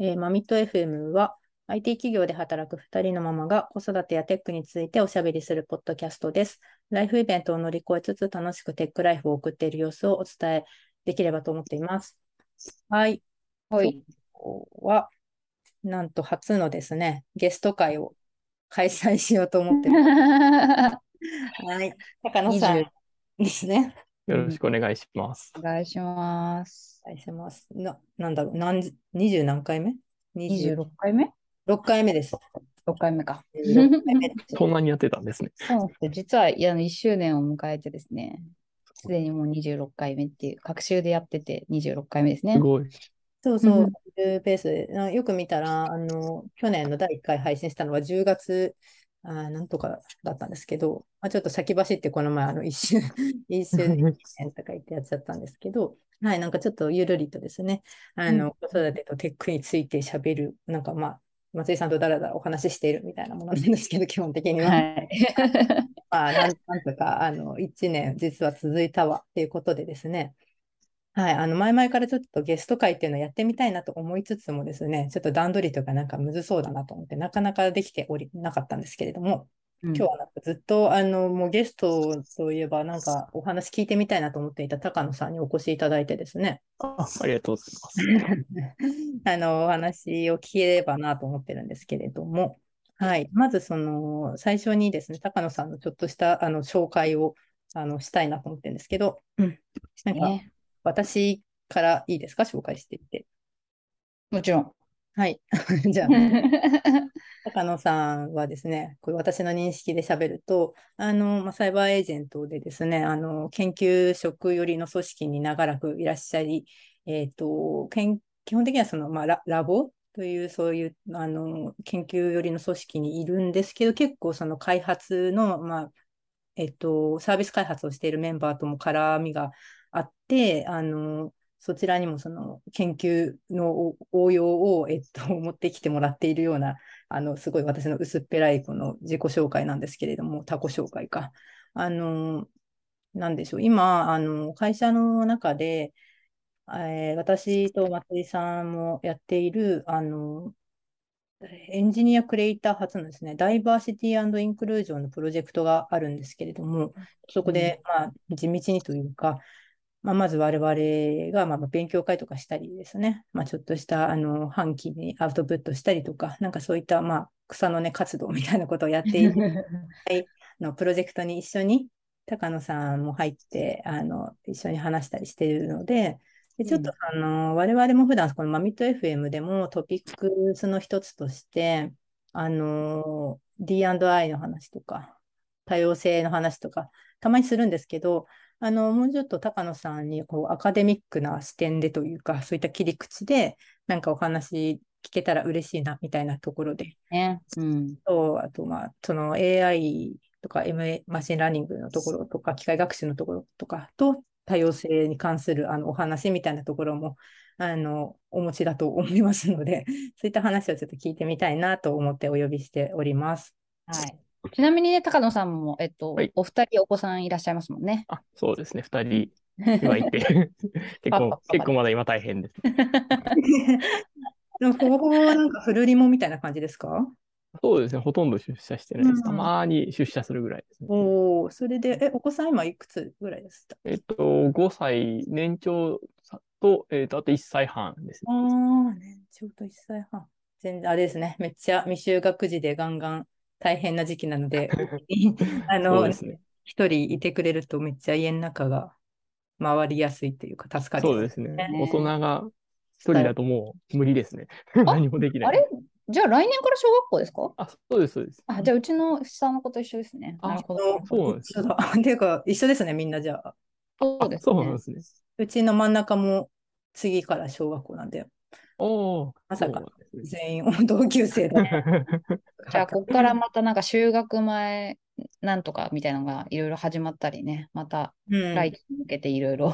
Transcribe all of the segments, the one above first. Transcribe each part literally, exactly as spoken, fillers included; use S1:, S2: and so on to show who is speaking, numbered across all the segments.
S1: えーマミット エフエム は アイティー 企業で働くふたりのママが子育てやテックについておしゃべりするポッドキャストです。ライフイベントを乗り越えつつ楽しくテックライフを送っている様子をお伝えできればと思っています。はい。今
S2: はい。
S1: 日はなんと初のですね、ゲスト会を開催しようと思ってます。はい。高野さ
S2: にじゅう、
S1: んですね。
S2: うん、
S3: よろしくお願いします。
S2: お願いします。
S1: お願いします。な、なんだろう、何時、にじゅう何回目
S2: にじゅう
S1: ?にじゅうろく
S2: ろっかいめ
S1: 回目です。
S2: ?ろっ 回目か。
S1: じゅうろっかいめです。
S3: そんなにやってたんですね。
S2: そうなんですよ。実は、いや、いっしゅうねんを迎えてですね、すでにもうにじゅうろっかいめっていう、隔週でやっててにじゅうろっかいめですね。
S3: すごい。
S1: そうそう、いうペースで、なよく見たら、あの、去年のだいいっかい配信したのはじゅうがつ、あー、なんとかだったんですけど、まあ、ちょっと先走ってこの前、あの、一周、一周年とか言ってやっちゃったんですけど、はい、なんかちょっとゆるりとですね、あ
S2: うん。
S1: の、子育てとテックについて喋る、なんかまあ、松井さんとだらだらお話ししているみたいなものなんですけど、基本的には。
S2: はい。
S1: まあ、なんなんとか、あの、いちねん実は続いたわっていうことでですね、はい、あの前々からちょっとゲスト会っていうのをやってみたいなと思いつつもですね、ちょっと段取りとかなんかむずそうだなと思って、なかなかできておりなかったんですけれども、
S2: うん。
S1: 今日はなんかずっとあのもうゲストといえばなんかお話聞いてみたいなと思っていた高野さんにお越しいただいてですね、
S3: あ、ありがとうございます。
S1: あのお話を聞ければなと思ってるんですけれども、はい、まずその最初にですね、高野さんのちょっとしたあの紹介をあのしたいなと思ってるんですけど、うん、なんか
S2: ね。
S1: 私からいいですか、紹介していって。
S2: もちろん。
S1: はい。じゃあ、高野さんはですね、これ私の認識で喋ると、あの、まあ、サイバーエージェントでですね、あの、研究職寄りの組織に長らくいらっしゃり、えっと、研基本的にはその、まあ、ラ、ラボという、そういう、あの、研究寄りの組織にいるんですけど、結構その開発の、まあ、えっと、サービス開発をしているメンバーとも絡みがあって、あの、そちらにもその研究の応用を、えっと、持ってきてもらっているような、あの、すごい私の薄っぺらいこの自己紹介なんですけれども、他己紹介か。あの、なんでしょう。今、あの、会社の中で、えー私と松井さんもやっている、あの、エンジニアクリエイター初のですね、ダイバーシティインクルージョンのプロジェクトがあるんですけれども、そこ
S2: うん。
S1: で、まあ、地道にというか、まあ、まず我々が、まあ、勉強会とかしたりですね、まあ、ちょっとしたあの半期にアウトプットしたりとか、なんかそういった、まあ、草の根活動みたいなことをやっているのプロジェクトに一緒に高野さんも入ってあの一緒に話したりしているので、でちょっと
S2: うん。
S1: あの我々も普段このマミット エフエム でもトピックスの一つとしてあの ディーアンドアイ の話とか多様性の話とかたまにするんですけど、あのもうちょっと高野さんにこうアカデミックな視点でというかそういった切り口でなんかお話聞けたら嬉しいなみたいなところで、
S2: ね。うん。
S1: と、あと、まあ、その エーアイ とか エムエー、マシンラーニングのところとか、機械学習のところとかと、多様性に関するあのお話みたいなところも、あの、お持ちだと思いますので、そういった話をちょっと聞いてみたいなと思ってお呼びしております。
S2: はい。ちなみにね、高野さんも、えっと、
S3: はい。
S2: お二人お子さんいらっしゃいますもんね。
S3: あ、そうですね。二人今いて結
S2: パ
S3: 構、
S2: パパパで。
S3: 結構まだ今大変です。
S1: でもほぼほぼなんかフルリモみたいな感じですか？
S3: そうですね。ほとんど出社してないです。た
S1: うん。
S3: まに出社するぐらいですね。
S1: おー、それで、え、お子さん今いくつぐらいですか？
S3: えっと、ごさい、年長さと、えっと、あといっさいはんですね。
S1: ああ、ね、ちょうどいっさいはん。全然、あれですね。めっちゃ未就学児でガンガン大変な時期なので、お家にあの、
S3: そうですね。
S1: 一人いてくれるとめっちゃ家の中が回りやすいっていうか、助かりそうで
S3: そうですね。
S1: すね。
S3: 大人
S2: ね。
S3: が一人だともう無理ですね。
S2: あ、
S3: 何もできない。
S2: あれじゃあ来年から小学校ですか？
S3: あ、そうです、そうです。
S2: あ、じゃあうちの下の子と一緒ですね。なる
S3: あ、
S2: ほど、なるほど。
S3: そうなんですね。
S1: 一緒だ。っていうか、一緒ですね、みんなじゃあ。
S2: そう
S3: あ、
S2: ですね。
S3: そうなんですね。
S1: うちの真ん中も次から小学校なんで、
S3: おー、
S1: まさか
S3: そうなんですね。
S1: 全員同級生だと
S2: じゃあ、
S1: はた。
S2: ここからまたなんか就学前なんとかみたいなのがいろいろ始まったりね、また
S1: うん。
S2: 来期に向けていろいろ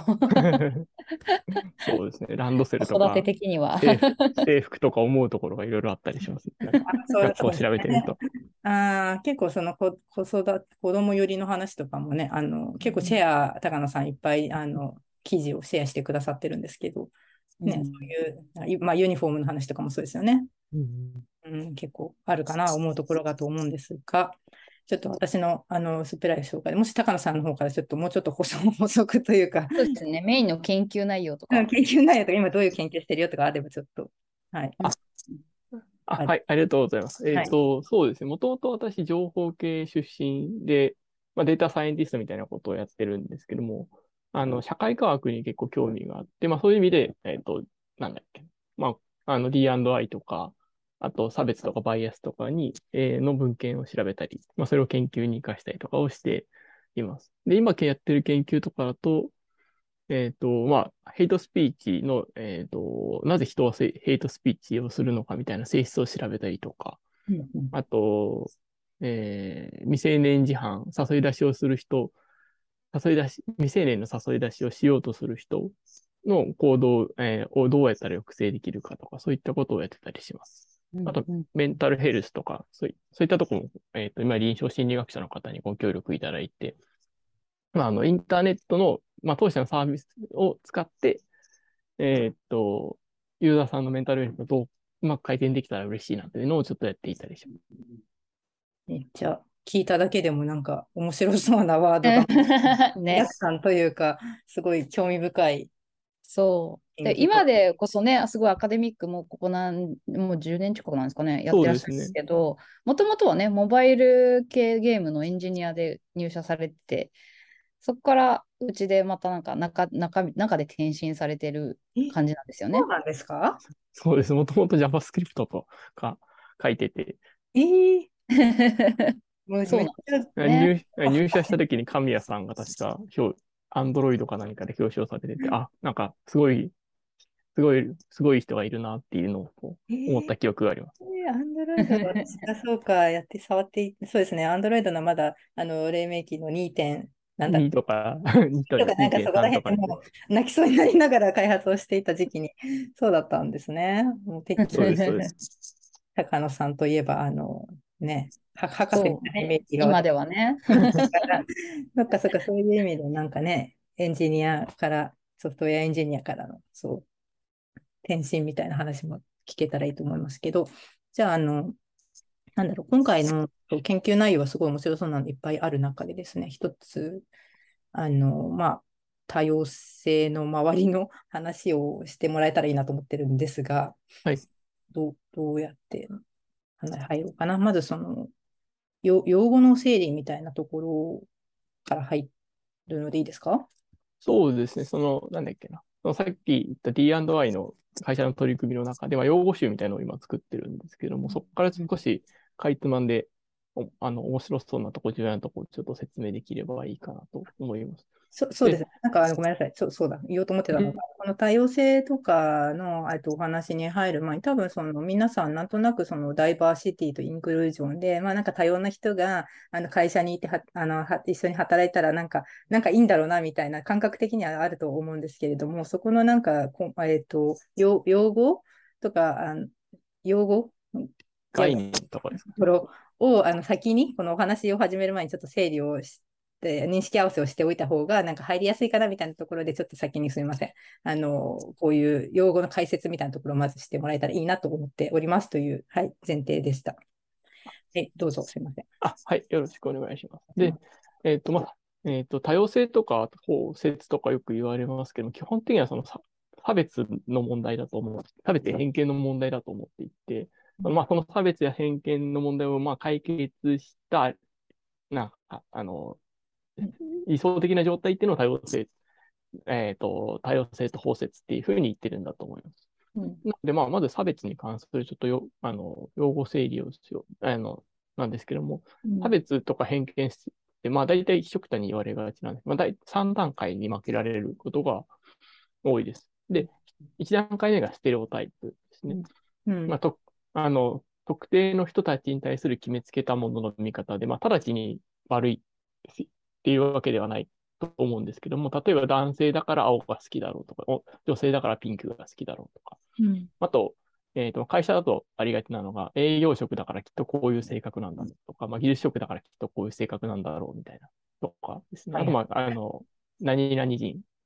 S3: そうですね。ランドセ
S2: 子育て
S3: ルとか、
S2: 的には
S3: 制服、制服とか思うところがいろいろあったりしますね。なんか、
S1: あ、そう、そう
S3: 学校を調べてみると。
S1: ですね。あー、結構その子、子育て、子供寄りの話とかもね、あの、結構シェア、高野さんいっぱい、あの、記事をシェアしてくださってるんですけど、 ね、そういう、まあ、ユニフォームの話とかもそうですよね。
S3: うん
S1: うん、結構あるかな、思うところかと思うんですが、ちょっと私の、あの薄っぺらい紹介で、もし高野さんの方からちょっともうちょっと補足補足というか、
S2: そうですね。メインの研究内容とか。
S1: うん研究内容とか、今どういう研究してるよとかあれば、ちょっと、はい。
S3: あ、あ、
S1: あ
S3: はい、ありがとうございます。えっ
S1: はい。
S3: と、そうですね。もともと私、情報系出身で、まあ、データサイエンティストみたいなことをやってるんですけども、あの、社会科学に結構興味があって、まあ、そういう意味で、えっと、なんだっけ。まあ、あの、ディーアンドアイ とか、あと、差別とかバイアスとかに、えーの文献を調べたり、まあ、それを研究に活かしたりとかをしています。で、今やってる研究とかだと、えっと、まあ、ヘイトスピーチの、えっと、なぜ人はヘイトスピーチをするのかみたいな性質を調べたりとか、
S1: うんうん
S3: あと、えー未成年自販、誘い出しをする人、誘い出し、未成年の誘い出しをしようとする人の行動、えーをどうやったら抑制できるかとか、そういったことをやってたりします。あと、
S2: うんうん
S3: メンタルヘルスとか、そういそういったところも、えっと、今、臨床心理学者の方にご協力いただいて、まあ、あの、インターネットの、まあ、当社のサービスを使って、えーっと、ユーザーさんのメンタルヘルスをどううまく改善できたら嬉しいなというのをちょっとやっていたりします。
S1: めっちゃ聞いただけでもなんか面白そうなワードが
S2: ね。
S1: 逆感というか、すごい興味深い
S2: そう。で、
S1: 研究。
S2: 今でこそね、すごいアカデミックもここ何、もうじゅうねん近くなんですかね、やってらっしゃるんです
S3: そうですね。
S2: けど、もともとはね、モバイル系ゲームのエンジニアで入社されてて、そこからうちでまたなんか中、中身、中で転身されてる
S1: え、
S2: 感じなんですよね。
S1: そうなんですか？
S3: そうです。もともと JavaScript とか書いてて、
S1: えー、もう
S2: そうなんで
S1: めっちゃ、
S2: すね。
S3: 入、入社した時に神谷さんが確か表、Android か何かで表彰されてて、あ、なんかすごい、すごい、すごい人がいるなっていうのをこ
S1: えー、
S3: う思った記憶があります。
S1: アンドロイド、私がそうか、やって触ってい、そうですね、アンドロイドのまだ、あの、黎明期のに点、なんだっ
S3: に
S1: け、
S3: とか、にと
S1: とか、なんかそこら
S3: にてんさんとかで。
S1: 辺でもう泣きそうになりながら開発をしていた時期に、そうだったんですね。もうてっきり
S3: そうです、そうです。
S1: 高野さんといえば、あの、ね、は博士み
S2: そう。
S1: たいなイメージが
S2: 今
S1: 私
S2: ではね。
S1: からそっかそっか、そういう意味で、なんかね、エンジニアから、ソフトウェアエンジニアからの、そう、転身みたいな話も聞けたらいいと思いますけど、じゃあ、あの、なんだろう、今回のそう研究内容はすごい面白そうなのいっぱいある中でですね、一つ、あの、まあ、多様性の周りの話をしてもらえたらいいなと思ってるんですが、
S3: はい。
S1: どう、どうやって話入ろうかな。まずその、よ用語の整理みたいなところから入るのでいいですか？
S3: そうですね。その、なんだっけな。そのさっき言った ディーアンドアイ の会社の取り組みの中では、用語集みたいなのを今作ってるんですけども、そこから少しかいつまんで、おあの、面白そうなとこ、重要なとこ、ちょっと説明できればいいかなと思います。
S1: そ、そうです
S3: で、
S1: ね。なんか、あの、ごめんなさい。そう、そうだ。言おうと思ってたのが、
S3: うん
S1: この多様性とかの、えっと、お話に入る前に、多分、その、皆さん、なんとなく、その、ダイバーシティとインクルージョンで、まあ、なんか多様な人が、あの、会社にいては、あの、は、一緒に働いたら、なんか、なんかいいんだろうな、みたいな、感覚的にはあると思うんですけれども、そこの、なんか、こえっと、用、用語とか、あの、用語や
S3: 概念とかですかね。
S1: ところをあの先に、このお話を始める前にちょっと整理をして、認識合わせをしておいた方が、なんか入りやすいかなみたいなところで、ちょっと先にすみません。あの、こういう用語の解説みたいなところをまずしてもらえたらいいなと思っておりますという、はい、前提でした。はい、どうぞすみません。
S3: あ、はい。よろしくお願いします。で、えっと、まあ、えっと、多様性とか包摂とかよく言われますけども、基本的にはその差差別の問題だと思う。差別や偏見の問題だと思っていて、まあ、その差別や偏見の問題をまあ解決した、なんか、あの、理想的な状態っていうのを多様性、えっと、多様性と包摂っていうふうに言ってるんだと思います。
S2: うん。
S3: なので、まあ、まず差別に関するちょっとよ、あの、用語整理をしよう、あの、なんですけども、差別とか偏見って、まあ、大体一緒くたに言われがちなんです。まあ、大さん段階に分けられることが多いです。で、いち段階目がステレオタイプですね。
S1: うん。
S3: まあ、と、あの、特定の人たちに対する決めつけたものの見方で、まあ、直ちに悪いっていうわけではないと思うんですけども、例えば男性だから青が好きだろうとか、お女性だからピンクが好きだろうとか、
S1: うん。
S3: あと、えっと、会社だとありがちなのが、営業職だからきっとこういう性格なんだとか、まあ、技術職だからきっとこういう性格なんだろうみたいなとかですね。
S1: はいはい。
S3: あと、まあ、あの、何々人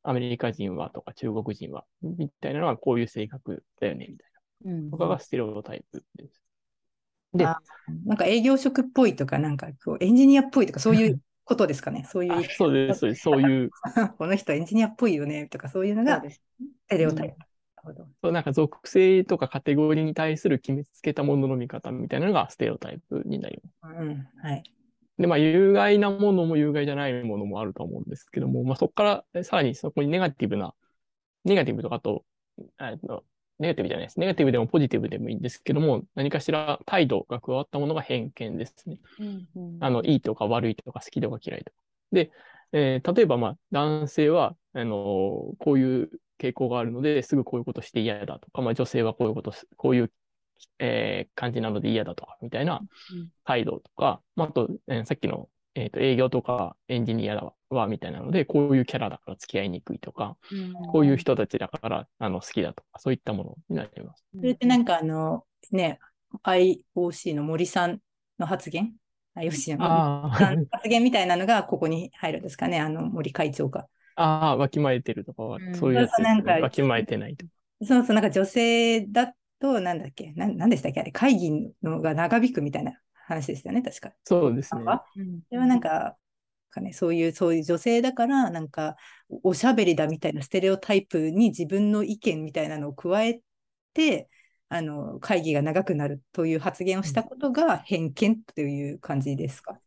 S3: アメリカ人はとか中国人は、みたいなのはこういう性格だよね、みたい
S2: うん
S3: な。とかがステレオタイプです。で、
S1: あ、なんか営業職っぽいとか、なんかこうエンジニアっぽいとか、そういうことですかね。そういう
S3: あ、
S1: 言い方。
S3: そうです、そうです、そういう、
S1: この人エンジニアっぽいよねとか、そういうのが
S2: そうです。
S1: ステレオタイプ。
S2: うん
S1: なるほど。
S3: そうなんか属性とかカテゴリーに対する決めつけたものの見方みたいなのがステレオタイプになります。
S1: うん、はい。
S3: で、まあ、有害なものも有害じゃないものもあると思うんですけども、まあ、そこからさらにそこにネガティブな、ネガティブとかあと、えっと、ネガティブじゃないです。ネガティブでもポジティブでもいいんですけども、何かしら態度が加わったものが偏見ですね。
S2: うんうん
S3: あの、いいとか悪いとか好きとか嫌いとか。で、えー例えば、まあ、男性は、あのーこういう傾向があるので、すぐこういうことして嫌だとか、まあ、女性はこういうことす、こういう、えー感じなので嫌だとか、みたいな
S2: うん
S3: 態度とか、まあ、あと、えーさっきの、えーと、営業とかエンジニアだわ、みたいなので、こういうキャラだから付き合いにくいとか、
S2: うん
S3: こういう人たちだからあの好きだとか、そういったものになります。
S1: それってなんかあの、ね、アイオーシー の森さんの発言 ?アイオーシー の森
S3: あ
S1: さんの発言みたいなのがここに入るんですかね、あの森会長が。
S3: あ、ああ、わきまえてるとかは、
S2: うん
S3: そういうやつですね。
S1: なんか、
S3: わきまえてないとか。
S1: そうそう、なんか女性だと、なんだっけ、な、なんでしたっけ、あれ、会議のが長引くみたいな話でしたよね、確か。
S3: そうですね。
S2: うん
S1: それはなんか、かね、そういう、そういう女性だから、なんか、おしゃべりだみたいなステレオタイプに自分の意見みたいなのを加えて、あの、会議が長くなるという発言をしたことが偏見という感じですか？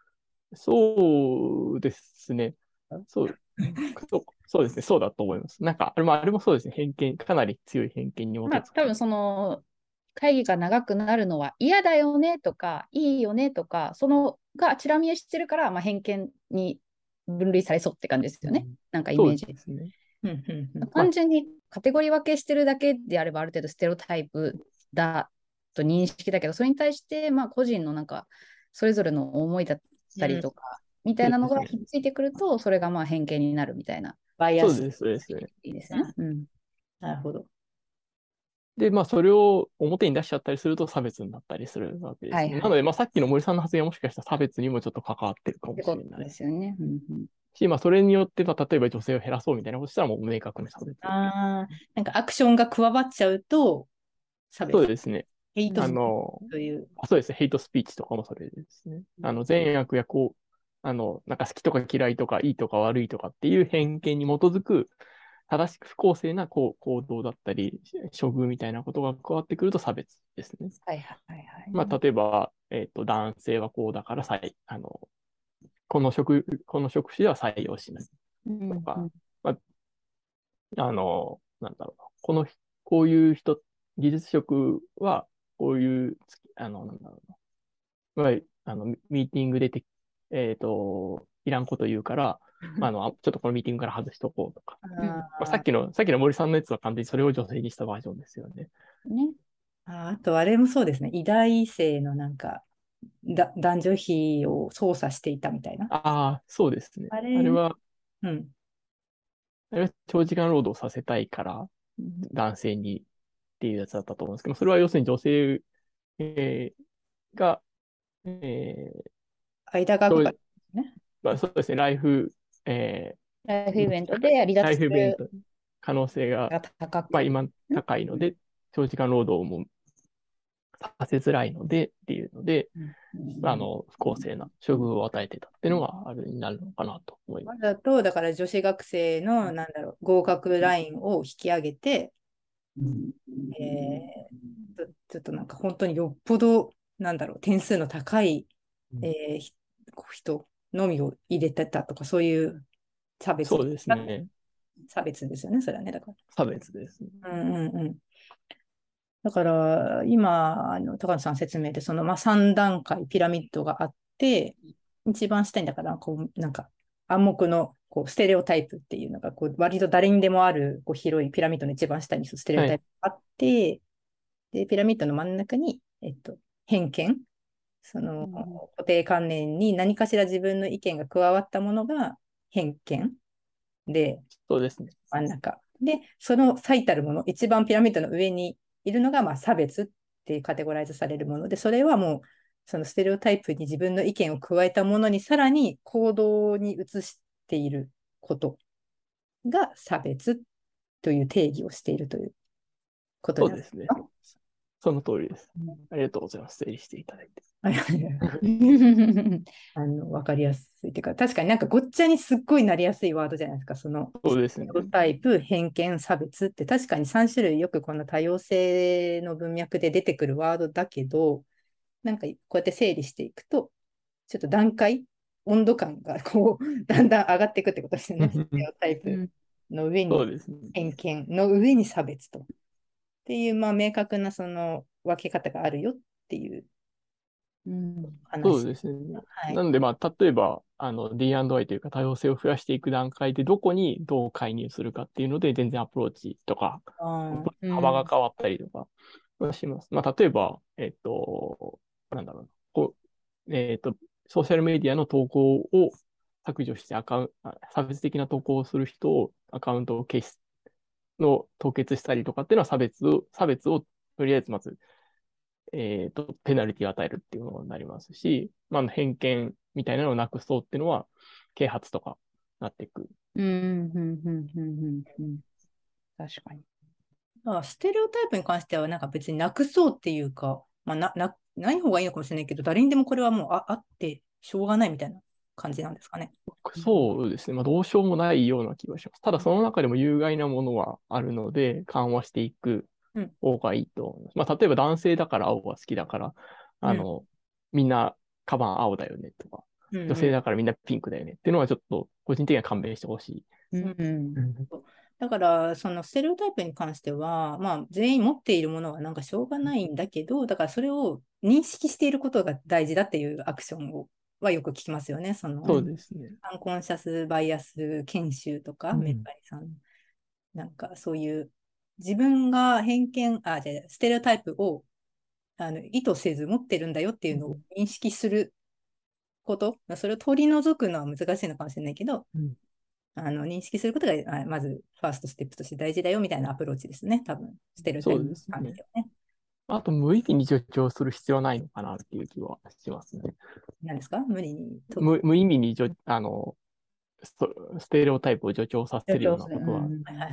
S3: そうですね。そう、そう、そうですね。そうだと思います。なんか、あれも、あれもそうですね。偏見、かなり強い偏見に基
S2: まあ、
S3: づく。
S2: 多分その会議が長くなるのは嫌だよねとか、いいよねとか、そのがちら見えしてるから、まあ、偏見に分類されそうって感じですよね。なんかイ
S3: そう
S2: メージ。
S3: ですね。
S1: うんうんうん。
S2: 単純にカテゴリー分けしてるだけであれば、ある程度ステレオタイプだと認識だけど、それに対して、まあ、個人のなんか、それぞれの思いだったりとか、みたいなのがひっついてくると、それがまあ偏見になるみたいな。
S1: バイアス。
S3: そうです、そうですね。
S2: いいですね。うん。
S1: なるほど。
S3: で、まあ、それを表に出しちゃったりすると差別になったりするわけですね。
S2: はいはい。
S3: なので、まあ、さっきの森さんの発言はもしかしたら差別にもちょっと関わってるか
S2: ってこと
S3: もしれない
S2: ですよね。うんうん
S3: し、まあ、それによって、まあ、例えば女性を減らそうみたいなことしたらもう明確な差別。
S1: ああ、なんかアクションが加わっちゃうと、差別。
S3: そうですね。あ
S1: ヘイトスピーチ
S3: の、
S1: という。
S3: あそうですね。ヘイトスピーチとかもそれですね。あの、善悪やこう、あの、なんか好きとか嫌いとか、いいとか悪いとかっていう偏見に基づく、正しく不公正なこう行動だったり、処遇みたいなことが加わってくると差別ですね。
S2: はいはいはいはい。
S3: まあ、例えば、えっと、男性はこうだからさい、あの、この職、この職種では採用しない
S2: うん
S3: とか、
S2: うん
S3: まあ、あの、なんだろうな、この、こういう人、技術職は、こういう、あの、なんだろうな、まあ、あの、ミーティングでて、えっと、いらんこと言うから、まあ、あの、あちょっとこのミーティングから外しとこうとか。
S2: うん
S3: まあ、さっきの、さっきの森さんのやつは完全にそれを女性にしたバージョンですよね。
S2: ね。
S1: あ、あと、あれもそうですね。医大生のなんか、だ、男女比を操作していたみたいな。
S3: ああ、そうですね。
S1: あれ、
S3: あれは、
S1: うん。
S3: あれは長時間労働させたいから、男性にっていうやつだったと思うんですけど、それは要するに女性、えーが、えー
S1: 間が空くからですね。
S3: まあ、そうですね、ライフ、え
S2: ライフイ
S3: ー
S2: ベントで離
S3: ライ
S2: 脱する
S3: フイベント、可能性が、
S2: が高く。
S3: まあ、今高いので、長時間労働もさせづらいのでっていうので、あの、不公正な処遇を与えてたっていうのがあるになるのかなと思います。
S1: だと、だから女子学生の、なんだろう、合格ラインを引き上げて、えー、ちょちょっとなんか本当によっぽど、なんだろう、点数の高い、えーひ人のみを入れてたとか、そういう差別。
S3: そうですね。
S1: 差別ですよね、それはね、だか
S3: 差別ですね。
S1: ら。うんうんうん。だから、今、あの高野さん説明で、その、まあ、さん段階ピラミッドがあって、一番下にだから、こう、なんか、暗黙のこうステレオタイプっていうのが、こう割と誰にでもあるこう広いピラミッドの一番下にステレオ
S3: はい。
S1: タイプがあって、で、ピラミッドの真ん中に、えっと、偏見、その固定観念に何かしら自分の意見が加わったものが偏見で、
S3: そうですね。
S1: 真ん中。で、その最たるもの、一番ピラミッドの上にいるのが、まあ、差別ってカテゴライズされるもので、それはもう、そのステレオタイプに自分の意見を加えたものにさらに行動に移していることが差別という定義をしているということ
S3: そうですね。その通りです。ありがとうございます。整理していただいて。
S1: あの分かりやすいというか、確かになんかごっちゃにすっごいなりやすいワードじゃないですか。その
S3: そうですね。
S1: タイプ、偏見、差別って確かにさん種類よくこの多様性の文脈で出てくるワードだけど、なんかこうやって整理していくと、ちょっと段階、温度感がこうだんだん上がっていくってことですよね。ステレオタイプの上に偏見の上に差別と。っていう、まあ、明確なその分け方があるよっていう話。
S3: そうですね。はい、なので、まあ、例えば、あの、ディーアンドアイ というか多様性を増やしていく段階で、どこにどう介入するかっていうので、全然アプローチとか、幅が変わったりとかはします。まあ、例えば、えっと、なんだろうな。こうえっと、ソーシャルメディアの投稿を削除してアカウント、差別的な投稿をする人をアカウントを消すの凍結したりとかっていうのは差別を、差別をとりあえずまず、えっと、ペナルティを与えるっていうのになりますし、まあ、偏見みたいなのをなくそうっていうのは、啓発とかなっていく。
S2: うん、うん、うん、うん、うん。確かに。
S1: あ、ステレオタイプに関しては、なんか別になくそうっていうか、まあ、な、な、ない方がいいのかもしれないけど、誰にでもこれはもうああってしょうがないみたいな感じなんですかね。
S3: そうですね。まあ、どうしようもないような気がします。ただ、その中でも有害なものはあるので、緩和していく方がいいと思います。うん、まあ、例えば男性だから青が好きだから、あの、うん、みんなカバン青だよねとか、うんうん、女性だからみんなピンクだよねっていうのはちょっと個人的には勘弁してほしい。
S1: うんうんだから、そのステレオタイプに関しては、まあ、全員持っているものはなんかしょうがないんだけど、だからそれを認識していることが大事だっていうアクションをはよく聞きますよね。その
S3: そうですね。
S1: アンコンシャスバイアス研修とか、うん、メッカリさん、なんかそういう自分が偏見、あ、じゃあステレオタイプをあの意図せず持ってるんだよっていうのを認識すること、うん、それを取り除くのは難しいのかもしれないけど、うんあの認識することがまずファーストステップとして大事だよみたいなアプローチですね、多分ステレオタイプに関してはね。
S3: あと、無意味に助長する必要はないのかなっていう気はしますね。
S1: 何ですか無理に
S3: 無無意味にあのステレオタイプを助長させるようなことは、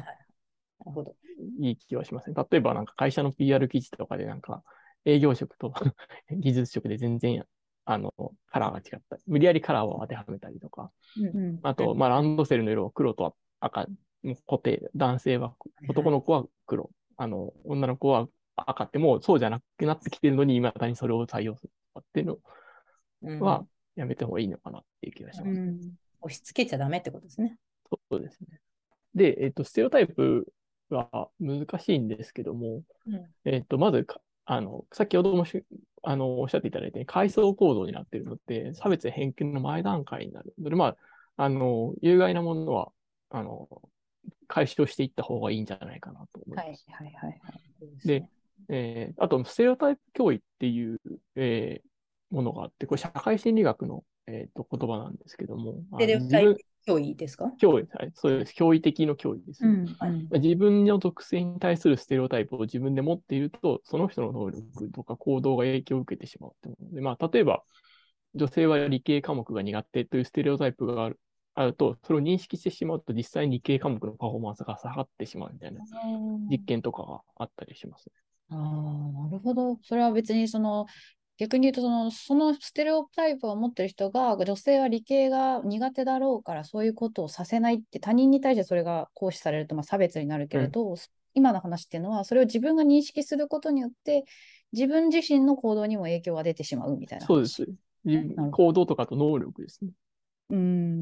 S3: いい気はしますね。例えば、なんか会社の ピーアール 記事とかで、なんか営業職と技術職で全然あのカラーが違ったり、無理やりカラーを当てはめたりとか、うん、あと、まあ、ランドセルの色を黒と赤、固定、男性は、男の子は黒、あの女の子は赤ってもうそうじゃなくなってきてるのに、今だにそれを採用するとかっていうのはやめた方がいいのかなっていう気がします。うん、
S1: 押し付けちゃダメってことですね。
S3: そうですね。で、えっと、ステレオタイプは難しいんですけども、うん、えっと、まず、あの、先ほどもしあのおっしゃっていただいたように、階層構造になっているので、差別や偏見の前段階になるので、まあ、あの、有害なものは、あの、解消していった方がいいんじゃないかなと思います。はいはいはいはい。で、えー、あと、ステレオタイプ脅威っていう、えー、ものがあって、これ社会心理学の、えー、と言葉なんですけども、
S1: ステレオタイプ脅威ですか？
S3: 脅威、はい、そうです。脅威的の脅威です、ねうんはい。自分の属性に対するステレオタイプを自分で持っていると、その人の能力とか行動が影響を受けてしまうってことで、まあ、例えば、女性は理系科目が苦手というステレオタイプがあるあると、それを認識してしまうと、実際に理系科目のパフォーマンスが下がってしまうみたいな実験とかがあったりします、ね。
S2: ああ、なるほど。それは別にその、逆に言うとその、そのステレオタイプを持ってる人が、女性は理系が苦手だろうから、そういうことをさせないって、他人に対してそれが行使されるとまあ差別になるけれど、うん、今の話っていうのは、それを自分が認識することによって、自分自身の行動にも影響が出てしまうみたいな話。
S3: そうです。行動とかと能力ですね。
S2: うん、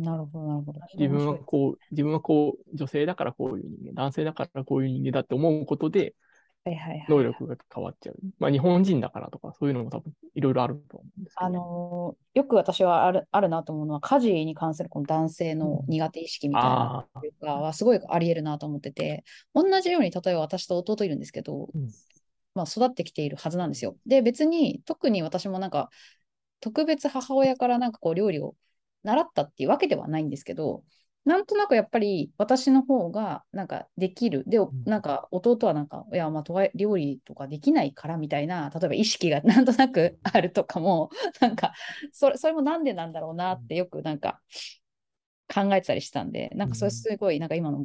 S2: なるほど、なるほど。
S3: 自分はこう、自分はこう、女性だからこういう人間、男性だからこういう人間だって思うことで、能力が変わっちゃう。まあ、日本人だからとか、そういうのも多分いろいろあると思うんですけど、
S2: あのー、よく私はあるあるなと思うのは、家事に関するこの男性の苦手意識みたいなのはすごいあり得るなと思ってて、同じように、例えば私と弟いるんですけど、うんまあ、育ってきているはずなんですよ。で、別に特に私もなんか、特別母親からなんかこう料理を習ったっていうわけではないんですけど、なんとなくやっぱり私の方がなんかできる。で、なんか弟はなんか、いや、まあ、とはいえ料理とかできないからみたいな、例えば意識がなんとなくあるとかも、なんか、それ、それもなんでなんだろうなってよくなんか考えてたりしたんで、なんかそれすごいなんか今の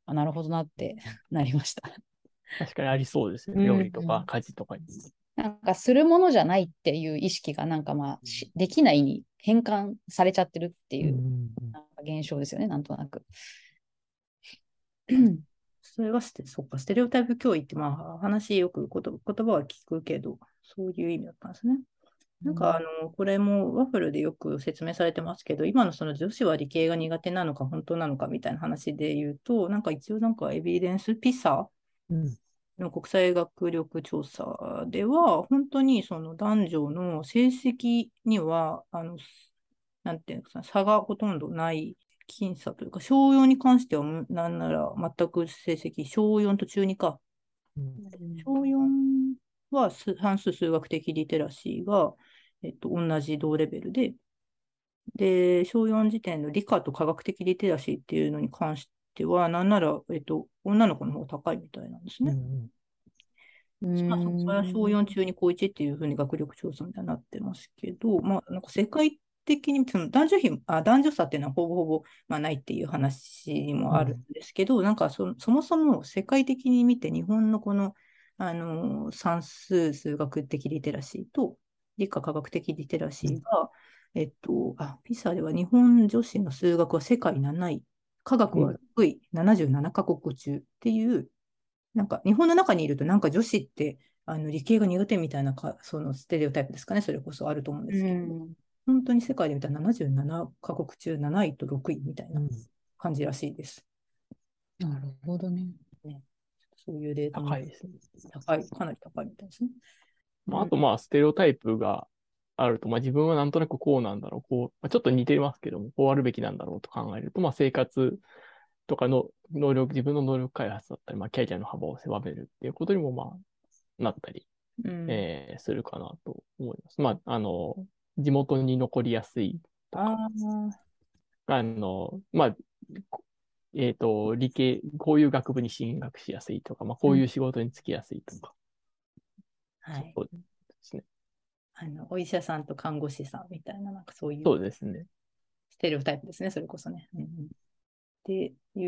S2: あ、なるほどなってなりました。
S3: 確かにありそうですね。
S2: うん
S3: 料理とか家事とかに。
S2: なんかするものじゃないっていう意識がなんかまあしできないに変換されちゃってるっていうなんか現象ですよね、なんとなく。
S1: それがステ、そっか、ステレオタイプ教育って、まあ、話よくこと言葉は聞くけど、そういう意味だったんですね。なんか、あの、これもワッフルでよく説明されてますけど、今のその女子は理系が苦手なのか本当なのかみたいな話で言うと、なんか一応なんかエビデンス、ピサ
S3: うん
S1: の国際学力調査では、本当にその男女の成績には、あの、なんていうんですか、差がほとんどない僅差というか、小よんに関しては、なんなら全く成績、小よんと中にか。小よんは数算数数学的リテラシーが、えっと、同じ同レベルで、で、小よん時点の理科と科学的リテラシーっていうのに関しては、なんなら、えっと、女の子の方が高いみたいなんですね。
S2: う
S1: まあ、そこは小
S2: ん。
S1: よん中に高いちっていうふうに学力調査みたいになってますけど、まあ、なんか世界的にその男女比あ男女差っていうのはほぼほぼ、まあ、ないっていう話もあるんですけど、なんかそそもそも世界的に見て日本のこの、あの算数数学的リテラシーと理科科学的リテラシーが、えっと、あ、ピサでは日本女子の数学は世界なない、科学はろくい、ななじゅうななカ国中っていう、なんか日本の中にいると、なんか女子ってあの理系が苦手みたいなかそのステレオタイプですかね、それこそあると思うんですけど、本当に世界で見たらななじゅうななカ国中なないとろくいみたいな感じらしいです。
S2: なるほどね。
S1: ね、そういうデータも
S3: 高いですね。
S1: 高い、かなり高いみたいですね。
S3: まあ、あと、まあ、ステレオタイプがあると、まあ、自分はなんとなくこうなんだろう、こう、まあ、ちょっと似てますけども、こうあるべきなんだろうと考えると、まあ、生活とかの能力、自分の能力開発だったり、まあ、キャリアの幅を狭めるっていうことにも、まあ、なったり、
S1: うん、
S3: えーするかなと思います。まあ、あの、地元に残りやすいとか、
S1: あ
S3: あの、まあ、えっと、理系、こういう学部に進学しやすいとか、まあ、こういう仕事に就きやすいとか、
S1: あ、はい。
S3: そうですね。
S1: あのお医者さんと看護師さんみたいな、なんかそういう
S3: そうですね。
S1: ステレオタイプですね、それこそね。うん、っていう、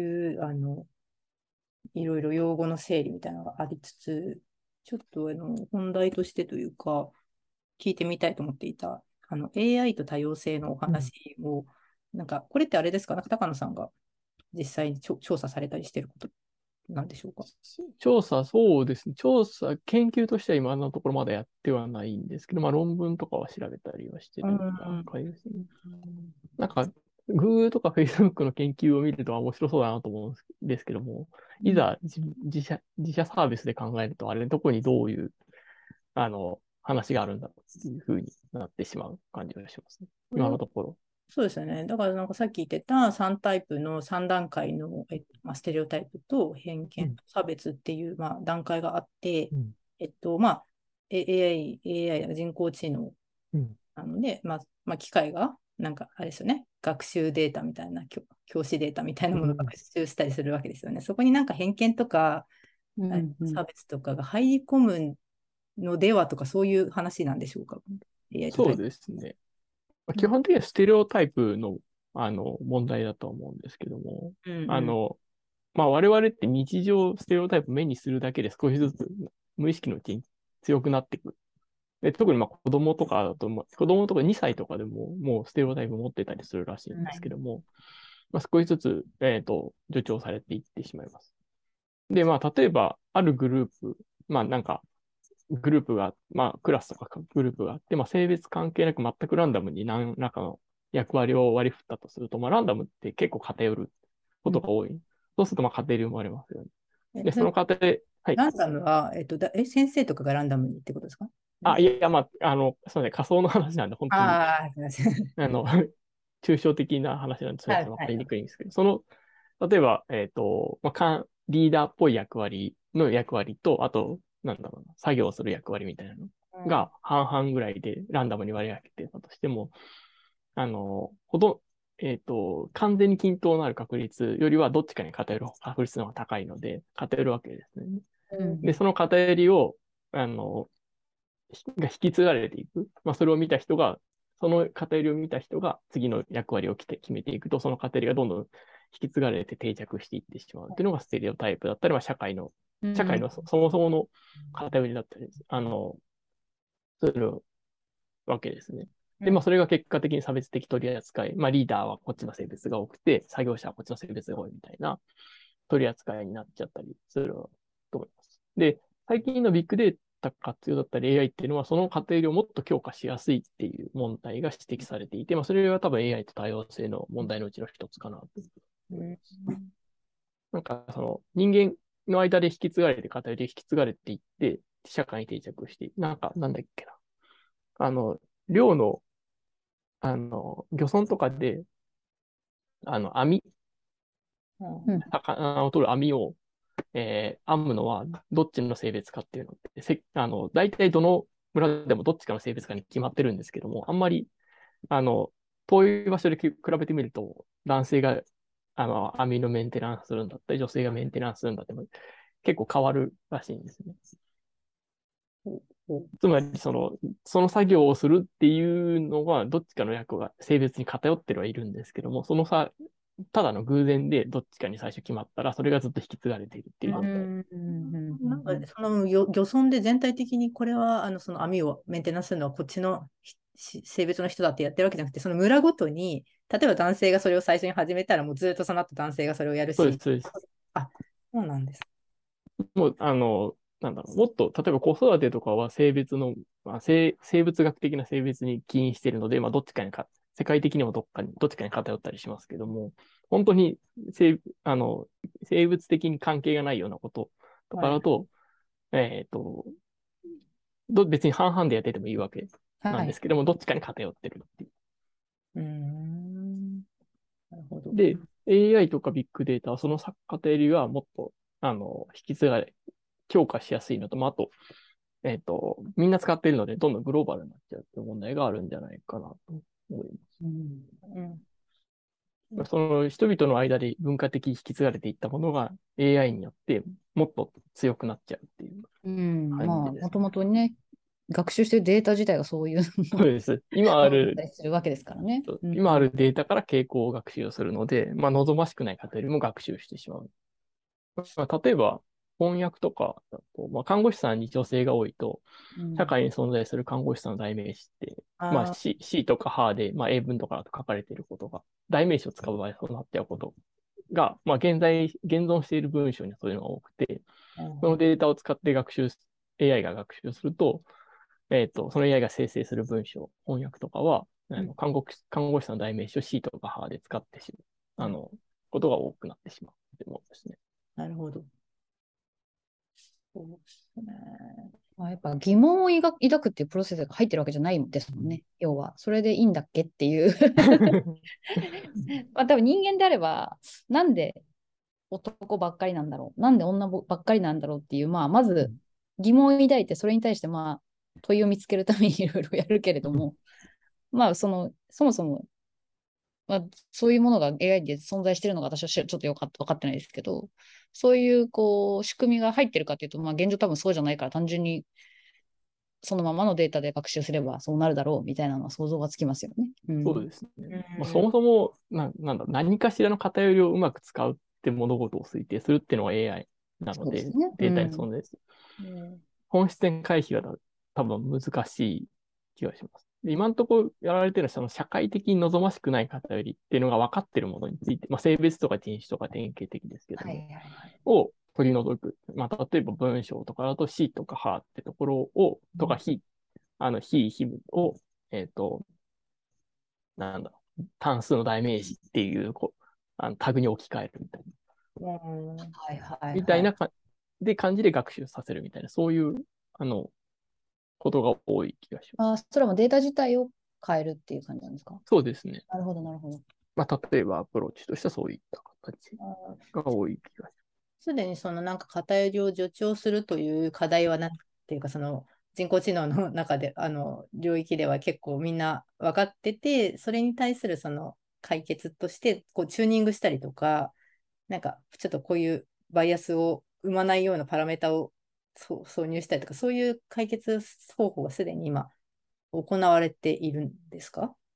S1: あの、いろいろ用語の整理みたいなのがありつつ、ちょっとあの本題としてというか、聞いてみたいと思っていた、あの エーアイ と多様性のお話を、うん、なんか、これってあれですか、なんか高野さんが実際に調査されたりしていることなんでしょうか。
S3: 調査、そうですね。調査、研究としては今のところまだやってはないんですけど、まあ論文とかは調べたりはしてる段階ですね。なんか、Google とか Facebook の研究を見ると面白そうだなと思うんですけども、いざ自自社、自社サービスで考えると、あれ、どこにどういう、あの、話があるんだろうっていうふうになってしまう感じがしますね。今のところ。
S1: そうですよね。だからなんかさっき言ってたさんタイプのさん段階の、えまあ、ステレオタイプと偏見、差別っていう、まあ、段階があって、うん、えっと、まあ、エーアイ、エーアイ 人工知能なので、うん、まあ、まあ、機械が、なんか、あれですよね、学習データみたいな、教教師データみたいなものを学習したりするわけですよね。うん、そこになんか偏見とか、うんうん、差別とかが入り込むのではとか、そういう話なんでしょうか。エーアイ と
S3: そうですね。基本的にはステレオタイプの、あの問題だと思うんですけども、うんうん、あの、まあ、我々って日常ステレオタイプ目にするだけで少しずつ無意識のうちに強くなっていく。で特にまあ子供とかだと、まあ、子供とかにさいとかでももうステレオタイプ持ってたりするらしいんですけども、はい、まあ、少しずつ、えっと、助長されていってしまいます。で、まあ、例えば、あるグループ、まあ、なんか、グループが、まあ、クラスとかグループがあって、まあ、性別関係なく全くランダムに何らかの役割を割り振ったとすると、まあ、ランダムって結構偏ることが多い。うん、そうすると、まあ、偏り生まれますよね。で、その過程で、はい。
S1: ランダムは、えっと、だえ、先生とかがランダムにってことですか？
S3: あ、いや、まあ、あの、そうね、仮想の話なんで、本当に。
S1: ああ、すみません。
S3: あの、抽象的な話なんで、それは分かりにくいんですけど、はい、その、例えば、えっと、まあ、リーダーっぽい役割の役割と、あと、なんだろうな、作業する役割みたいなのが半々ぐらいでランダムに割り当ててたとしても、あの、ほど、えっと、完全に均等のある確率よりはどっちかに偏る確率の方が高いので、偏るわけですね。うん、で、その偏りを、あの、が引き継がれていく。まあ、それを見た人が、その偏りを見た人が次の役割を決めていくと、その偏りがどんどん引き継がれて定着していってしまうっていうのがステレオタイプだったり、まあ、社会の、
S2: うん
S3: 社会のそそもそもの偏りだったり、あの、するわけですね。で、まあ、それが結果的に差別的取り扱い、まあ、リーダーはこっちの性別が多くて、作業者はこっちの性別が多いみたいな取り扱いになっちゃったりすると思います。で、最近のビッグデータ活用だったり エーアイ っていうのは、その過程をもっと強化しやすいっていう問題が指摘されていて、まあ、それは多分 エーアイ と多様性の問題のうちの一つかなと思います。なんか、その人間の間で引き継がれて、偏りで引き継がれていって、社会に定着して、なんか、なんだっけな。あの、漁の、あの、漁村とかで、あの、網、
S2: うん
S3: 魚を取る網を、えー編むのはどっちの性別かっていうのって、せあの、大体どの村でもどっちかの性別かに決まってるんですけども、あんまり、あの、遠い場所で比べてみると、男性が、あの、網のメンテナンスするんだったり、女性がメンテナンスするんだって、結構変わるらしいんですね。つまり、その、その作業をするっていうのは、どっちかの役が性別に偏ってはいるんですけども、そのさ、ただの偶然でどっちかに最初決まったら、それがずっと引き継がれているっていう状態。
S1: なんかその漁漁村で全体的にこれはあのその網をメンテナンスするのはこっちのひ性別の人だってやってるわけじゃなくて、その村ごとに、例えば男性がそれを最初に始めたら、もうずっとその後男性がそれをやるし、
S3: そうです、そうです。
S1: あ、そうなんです。
S3: もう、あの、なんだろう、もっと、例えば子育てとかは性別の、まあ、生生物学的な性別に起因しているので、まあ、どっちかにか、世界的にもどっかに、どっちかに偏ったりしますけども、本当に生、あの、生物的に関係がないようなこととかだと、えっと、ど別に半々でやっててもいいわけなん
S2: はい。
S3: ですけども、どっちかに偏ってるっていう。
S1: うーん。なるほど。
S3: で、エーアイ とかビッグデータはその偏りがもっと、あの、引き継がれ、強化しやすいのと、まあ、あと、えっと、みんな使っているので、どんどんグローバルになっちゃうという問題があるんじゃないかなと思いま
S1: うんうん
S3: す。その人々の間で文化的に引き継がれていったものが エーアイ によってもっと強くなっちゃうっていう
S2: うん、まあ、
S3: 感じです。
S2: もともとね、学習してるデータ自体がそういう
S3: そうです。今あ
S2: ものだっ
S3: る、
S2: たりするわけですからね。うん
S3: 今あるデータから傾向を学習するので、まあ、望ましくない方よりも学習してしまう。まあ、例えば、翻訳とかだと、まあ、看護師さんに女性が多いと、
S2: うん
S3: 社会に存在する看護師さんの代名詞って、まあ、
S1: あ
S3: C, C とか H で、まあ、英文とかだと書かれていることが、代名詞を使う場合、そうなっちゃうことが、まあ、現在、現存している文章にそういうのが多くて、
S1: ー
S3: そのデータを使って学習、エーアイ が学習すると、えっと、その エーアイ が生成する文章、翻訳とかは、あの看護看護師さんの代名詞を C とか H で使ってしまう、あの、ことが多くなってしまうというものですね。
S1: なるほど。そうですね。
S2: まあ、やっぱ疑問を抱抱くっていうプロセスが入ってるわけじゃないんですもんね、要は。それでいいんだっけっていう。まあ、多分人間であれば、なんで男ばっかりなんだろう、なんで女ばっかりなんだろうっていう、まあ、まず疑問を抱いて、それに対してまあ問いを見つけるためにいろいろやるけれども、まあ、その、そもそも、まあ、そういうものが エーアイ で存在しているのが私はちょっとよかっ分かってないですけど、そういうこう仕組みが入ってるかというと、まあ、現状多分そうじゃないから、単純にそのままのデータで学習すればそうなるだろうみたいなのは想像がつきますよね。うん、
S3: そうです
S1: う
S3: ね。まあ、
S1: ん
S3: そもそもな、なんだ、何かしらの偏りをうまく使うって物事を推定するっていうのが エーアイ なので、
S2: そうですね。
S3: データに存在する。
S1: うん
S3: 本質点回避は多分難しい気がします。で今のところやられてるのは、その社会的に望ましくない偏りっていうのが分かっているものについて、まあ、性別とか人種とか典型的ですけども、
S2: はいはいはい。
S3: を取り除く。まあ、例えば文章とかだと C とか H ってところを、とか He、あの He、Him を、えっと、なんだ、単数の代名詞っていうこうあのタグに置き換えるみたいな。
S1: うん
S2: はいはいはい。
S3: みたいなかで感じで学習させるみたいな、そういうあのことが多い気がします。
S2: あ、それはもうデータ自体を変えるっていう感じなんですか？
S3: そうですね。
S2: なるほどなるほど。
S3: まあ、例えばアプローチとしてはそういった形が多い気がし
S1: すでにそのなんか偏りを助長するという課題はなくていうか、その人工知能の中で、あの領域では結構みんな分かってて、それに対するその解決としてこうチューニングしたりとか、なんかちょっとこういうバイアスを生まないようなパラメータをそう挿入したりとか、そういう解決方法がすでに今行われているんですか？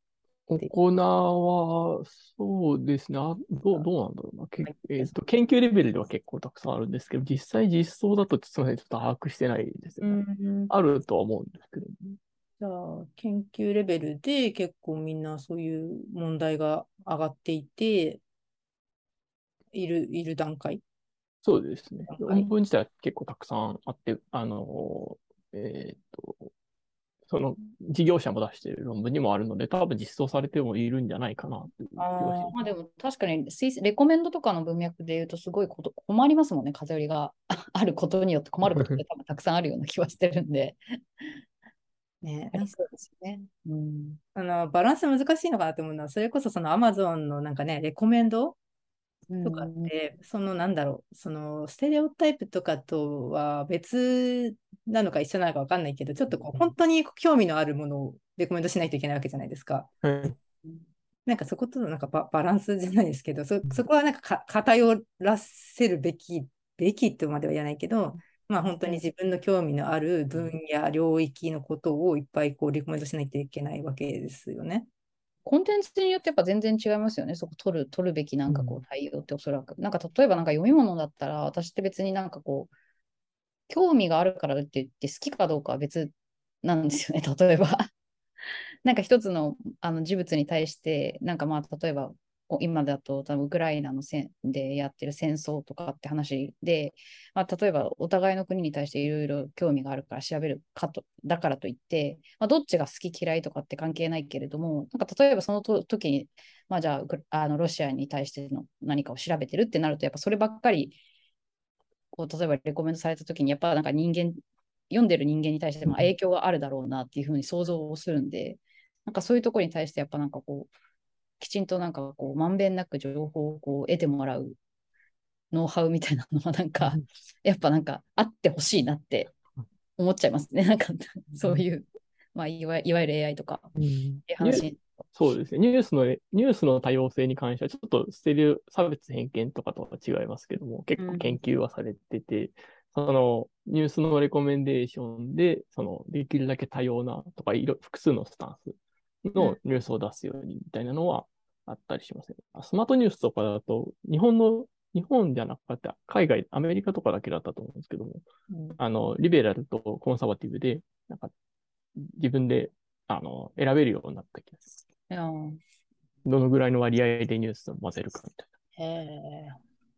S1: て。
S3: 行は、そうですね。あ、どう、どうなんだろうな。け、
S1: はい。
S3: えっと、研究レベルでは結構たくさんあるんですけど、実際実装だとすみません、ちょっと把握してないです
S1: う
S3: ね。
S1: ん。
S3: あるとは思うんですけどね。
S1: じゃあ、研究レベルで結構みんなそういう問題が上がっていて、いる、いる段階
S3: そうですね。
S1: 段階。
S3: 論文自体は結構たくさんあって、あの、えっと、その事業者も出している論文にもあるので、多分実装されてもいるんじゃないかなという気はし
S1: ああ、
S3: ます。
S2: まあでも確かに推レコメンドとかの文脈で言うとすごいこと困りますもんね。偏りがあることによって困ることって多分たくさんあるような気はしてるんで。
S1: ね、なんか、
S2: ありそうですよね。うん。
S1: あの、バランス難しいのかなと思うのは、それこそその Amazon のなんかね、レコメンド
S2: う
S1: とかっ
S2: ん。
S1: て、そのなんだろう、そのステレオタイプとかとは別なのか一緒なのかわかんないけど、ちょっとこう本当に興味のあるものをレコメンドしないといけないわけじゃないですか。
S3: はい。
S1: なんかそことのなんかバ、バランスじゃないですけど、そ、そこはなんか、か偏らせるべき、べきってまでは言わないけど、まあ本当に自分の興味のある分野、領域のことをいっぱいこうレコメンドしないといけないわけですよね。
S2: コンテンツによってやっぱ全然違いますよね。そこ取る、取るべきなんかこう対応っておそらく。なんか例えばなんか読み物だったら、私って別になんかこう、興味があるからって言って好きかどうかは別なんですよね。例えば。なんか一つの、あの事物に対して、なんかまあ例えばこう今だと多分ウクライナのせんでやってる戦争とかって話で、まあ、例えばお互いの国に対していろいろ興味があるから調べるかと、だからといって、まあ、どっちが好き嫌いとかって関係ないけれども、なんか例えばそのと時に、まあ、じゃあウクあのロシアに対しての何かを調べてるってなると、やっぱそればっかりこう例えばレコメンドされた時に、やっぱなんか人間、読んでる人間に対してまあ影響があるだろうなっていうふうに想像をするんで、なんかそういうところに対してやっぱなんかこう、きちんとなんかこう、まんべんなく情報をこう得てもらうノウハウみたいなのはなんか、やっぱなんかあってほしいなって思っちゃいますね。なんかそういう、まあ、いわいわゆる エーアイ とか、
S3: うん、
S2: っていう
S3: ニュ
S2: 話。
S3: そうですね。ニュースの、ニュースの多様性に関しては、ちょっとステレオ、差別偏見とかとは違いますけども、結構研
S2: うん。
S3: 究はされてて、そのニュースのレコメンデーションで、そのできるだけ多様なとか、いろ複数のスタンス
S1: うん。
S3: のニュースを出すようにみたいなのはあったりしますね。スマートニュースとかだと、日本の、日本じゃなくて、海外、アメリカとかだけだったと思うんですけども、
S1: うん。
S3: あの、リベラルとコンサバティブで、なんか自分で、あの、選べるようになった気がす
S2: いやー
S3: る。どのぐらいの割合でニュースを混ぜるかみたい
S1: へえ。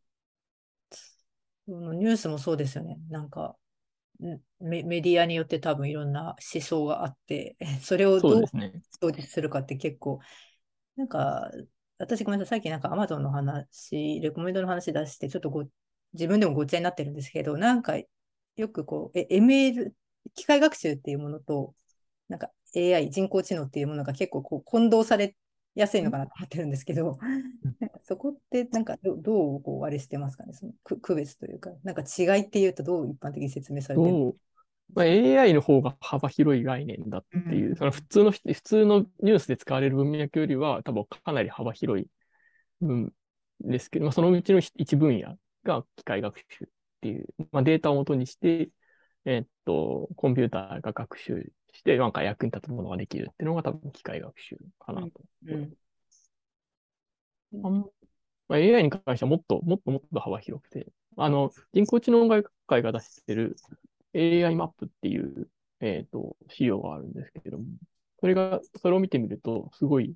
S1: そのニュースもそうですよね。なんか、んメ、メディアによって多分いろんな思想があって、それ
S3: な。
S1: をどう
S3: そうですね。
S1: 表示するかって結構、なんか、私ごめんなさい、さっきなんか Amazon の話、レコメンドの話出して、ちょっとご自分でもごっちゃになってるんですけど、なんかよくこう、え エムエル、機械学習っていうものと、なんか エーアイ、人工知能っていうものが結構こう混同されやすいのかなと思ってるんですけど、なんかそこってなんかどどうこうあれしてますかね、その区区別というか、なんか違いっていうとどう一般的に説明されてるん
S3: どう、まあ、
S1: ですか？
S3: エーアイ の方が幅広い概念だっ
S1: うん。
S3: ていう、その普通の、普通のニュースで使われる文脈よりは、多分かなり幅広い、うん、ですけど、まあ、そのうちの一分野が機械学習っていう、まあ、データを元にして、えっと、コンピューターが学習して、なんか役に立つものができるっていうのが多分機械学習か
S1: うん。
S3: なと思います。
S1: うん。
S3: あんまあ、エーアイ に関してはもっと、もっともっと幅広くて、あの、人工知能学会が出してる エーアイ マップっていう、えっと、資料があるんですけれども、それが、それを見てみると、すごい、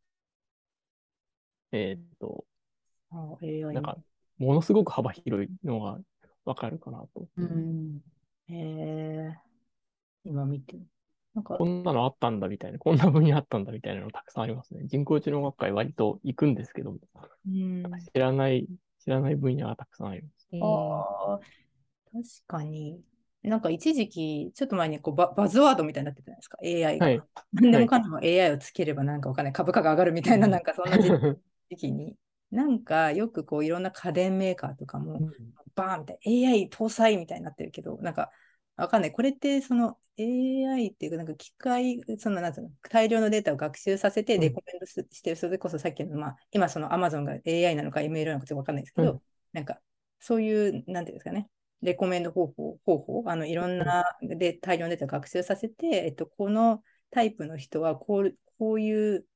S3: えっと、
S1: あ、エーアイ も。
S3: なんか、ものすごく幅広いのがわかるかなと。
S2: うん。
S1: えー、今見て。なんか、
S3: こんなのあったんだみたいな、こんな分野あったんだみたいなのたくさんありますね。人工知能学会割と行くんですけども、
S1: うん。
S3: 知らない、知らない分野がたくさんあります。
S2: えー、
S1: ああ、確かに。なんか一時期、ちょっと前にこうバ、バズワードみたいになってたじゃないですか、エーアイ が。
S3: はい。
S1: 何で
S3: はい。
S1: もかんでも エーアイ をつければなんかわかんない、株価が上がるみたいな、なんかそんな時期に、なんかよくこういろんな家電メーカーとかも、バーンみたいな、エーアイ 搭載みたいになってるけど、なんかわかんない。これってその エーアイ っていうか、なんか機械、そのなんつうの、大量のデータを学習させて
S3: うん。
S1: レコメンドすしてる、それこそさっきの、まあ、今その Amazon が エーアイ なのか エムエル なのかちょっとわかんないですけ
S3: はい。
S1: ど、なんかそういう、なんていうんですかね、レコメンド方法、方法、あのいろんなで大量のデータを学習させて、えっと、このタイプの人はこう、こういう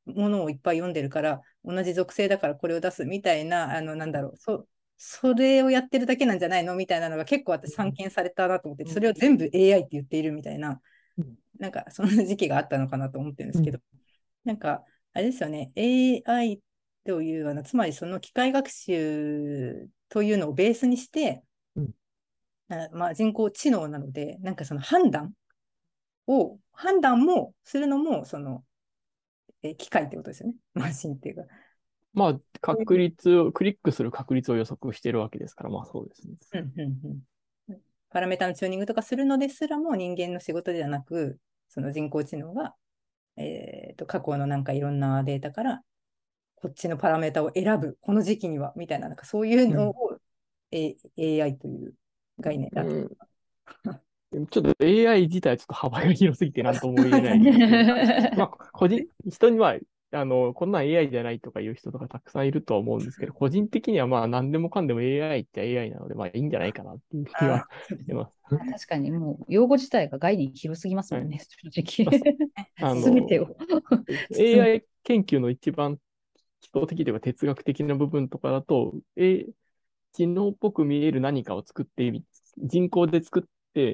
S1: ものをいっぱい読んでるから、同じ属性だからこれを出すみたいな、あの、なんだろう、そ、それをやってるだけなんじゃないのみたいなのが結構私散見されたなと思って、それを全部 エーアイ って言っているみたいな、なんかそんな時期があったのかなと思ってるんですけど、なんか、あれですよね、エーアイ というあの、つまりその機械学習というのをベースにして、
S3: うん
S1: あまあ、人工知能なので、なんかその判断を、判断もするのも、その、え機械ってことですよね。マシンっていうか。
S3: まあ、確率を、クリックする確率を予測してるわけですから、まあそうですね。
S1: うんうんうん、パラメータのチューニングとかするのですらも人間の仕事ではなく、その人工知能が、えーと、過去のなんかいろんなデータから、こっちのパラメータを選ぶ、この時期には、みたいな、なんかそういうのを、うんえ エーアイ という概念だと。
S3: うんちょっと エーアイ 自体はちょっと幅が広すぎて何とも言えないんですけど、まあ、個人、人には、あの、こんなん エーアイ じゃないとかいう人とかたくさんいるとは思うんですけど、個人的にはまあ何でもかんでも エーアイ って エーアイ なので、まあいいんじゃないかなっていう気はしてます。
S2: 確かにもう用語自体が概念広すぎますもんね、正直。
S3: あの、
S2: すべてを。
S3: エーアイ 研究の一番基礎的というか哲学的な部分とかだと、え知能っぽく見える何かを作ってみ、人工で作って、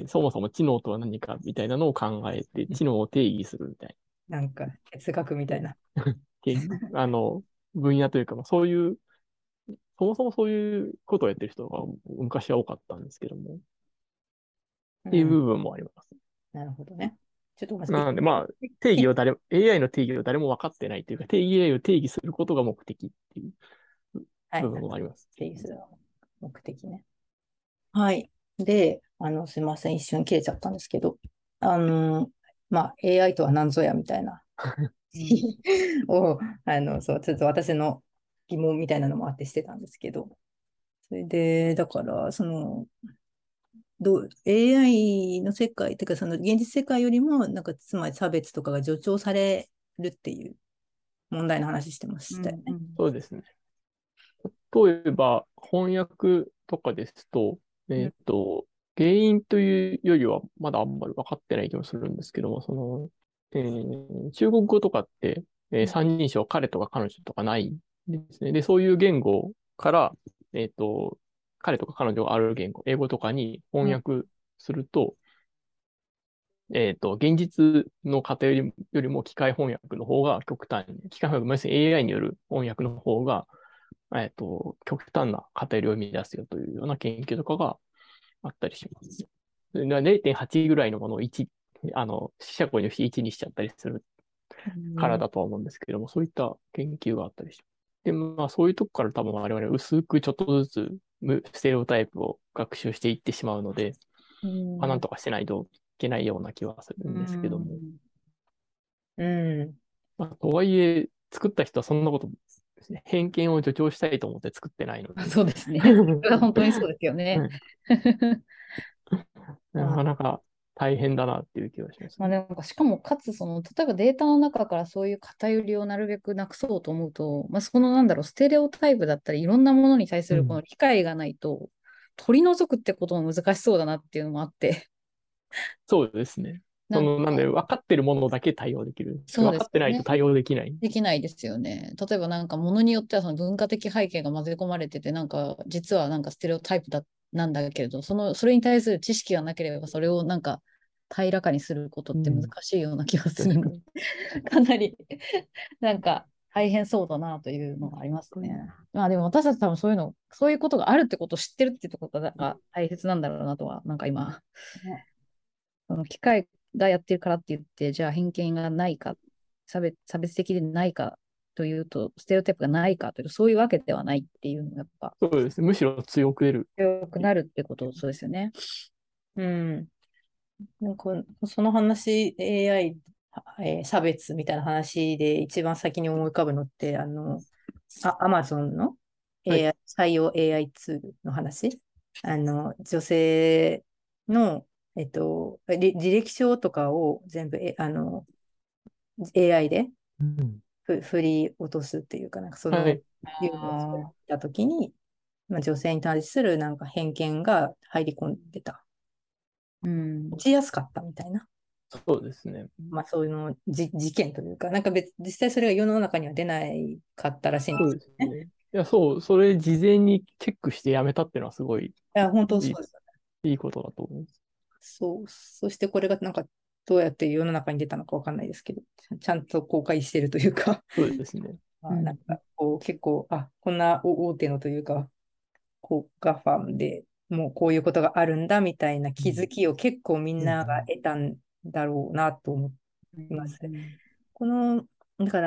S3: そもそも知能とは何かみたいなのを考えて、知能を定義するみたい
S1: なんか哲学みたいな。
S3: な、あの、分野というか、まあ、そういう、そもそもそういうことをやってる人が昔は多かったんですけども、っていう
S1: うん、
S3: 部分もあります。
S1: なるほどね。ちょっと
S3: なので、まあ、定義を誰も、エーアイ の定義を誰も分かってないというか、定義 エーアイ を定義することが目的っていう部分もあります。
S1: 定義する目的ね。はい。で、あの、すみません、一瞬切れちゃったんですけど、あの、まあ、エーアイ とは何ぞやみたいなを、あの、そう、ちょっと私の疑問みたいなのもあってしてたんですけど、それで、だから、その、どう エーアイ の世界、てかその現実世界よりも、なんかつまり差別とかが助長されるっていう問題の話してましたよね。うんうん、
S3: そうですね。例えば、翻訳とかですと、えっと、原因というよりはまだあんまり分かってない気もするんですけども、その、えー中国語とかって、えー三人称、彼とか彼女とかないんですね。で、そういう言語から、えっと、彼とか彼女がある言語、英語とかに翻訳すると、えっと、現実の過程よりよりも機械翻訳の方が極端に、機械翻訳、要するに エーアイ による翻訳の方が、えっと、極端な偏りを生み出すよというような研究とかがあったりします。れいてんはちぐらいのものをいち、あの、四捨五入していちにしちゃったりするからだとは思うんですけども、そういった研究があったりします。で、まあ、そういうとこから多分我々は薄くちょっとずつステレオタイプを学習していってしまうので、まあ、なんとかしないといけないような気はするんですけども。
S1: うん。
S3: まあ、とはいえ、作った人はそんなことですね、偏見を助長したいと思って作ってないので。
S2: そうですね。それは本当にそうですよね。
S3: なかなか大変だなっていう気がします、
S2: まあ、なんかしかも、かつその、例えばデータの中からそういう偏りをなるべくなくそうと思うと、まあ、そのなんだろう、ステレオタイプだったり、いろんなものに対するこの理解がないと、取り除くってことも難しそうだなっていうのもあって。
S3: そうですね。その、なんで、分かってるものだけ対応できる。分かってないと対応できない。
S2: できないですよね。例えばなんかものによってはその文化的背景が混ぜ込まれてて、なんか実はなんかステレオタイプだなんだけれど、その、それに対する知識がなければ、それをなんか平らかにすることって難しいような気がするので、うん、かなりなんか大変そうだなというのがありますね。まあでも私たち多分そういうの、そういうことがあるってことを知ってるってことが大切なんだろうなとは、なんか今、その機械がやってるからって言って、じゃあ偏見がないか、差別差別的でないかというと、ステレオタイプがないかというと、そういうわけではないっていうのがやっぱ。
S3: そうですね。むしろ強く出る。
S2: 強くなるってこと、そうですよね。
S1: うん。なんかその話、エーアイ、えー差別みたいな話で一番先に思い浮かぶのって、あの、あ、アマゾンの エーアイ、はい、採用 エーアイ ツールの話。あの、女性の、えっと、履歴書とかを全部、え、あの、エーアイ でふ、振り落とすっていうか、なんかその、いうのを作ったときに、まあ、女性に対するなんか偏見が入り込んでた。
S2: うん。
S1: 落ちやすかったみたいな。
S3: そうですね。
S1: まあ、そういうのじ事件というか、なんか別、実際それが世の中には出ないかったらしいんで
S3: そう
S1: すよね。
S3: ですね。いや、そう、それ事前にチェックしてやめたっていうのはすごい
S1: いや、本当
S3: いい、
S1: そうですよね。
S3: いいことだと思います。
S1: そう。そしてこれがなんか、どうやって世の中に出たのかわかんないですけど、ちゃちゃんと公開してるというか、
S3: そうですね。
S1: まあ、なん
S2: うん。
S1: かこう結構、あ、こんな大大手のというか、こうガファムでもうこういうことがあるんだみたいな気づきを結構みんなが得たんだろうなと思います。この、だから、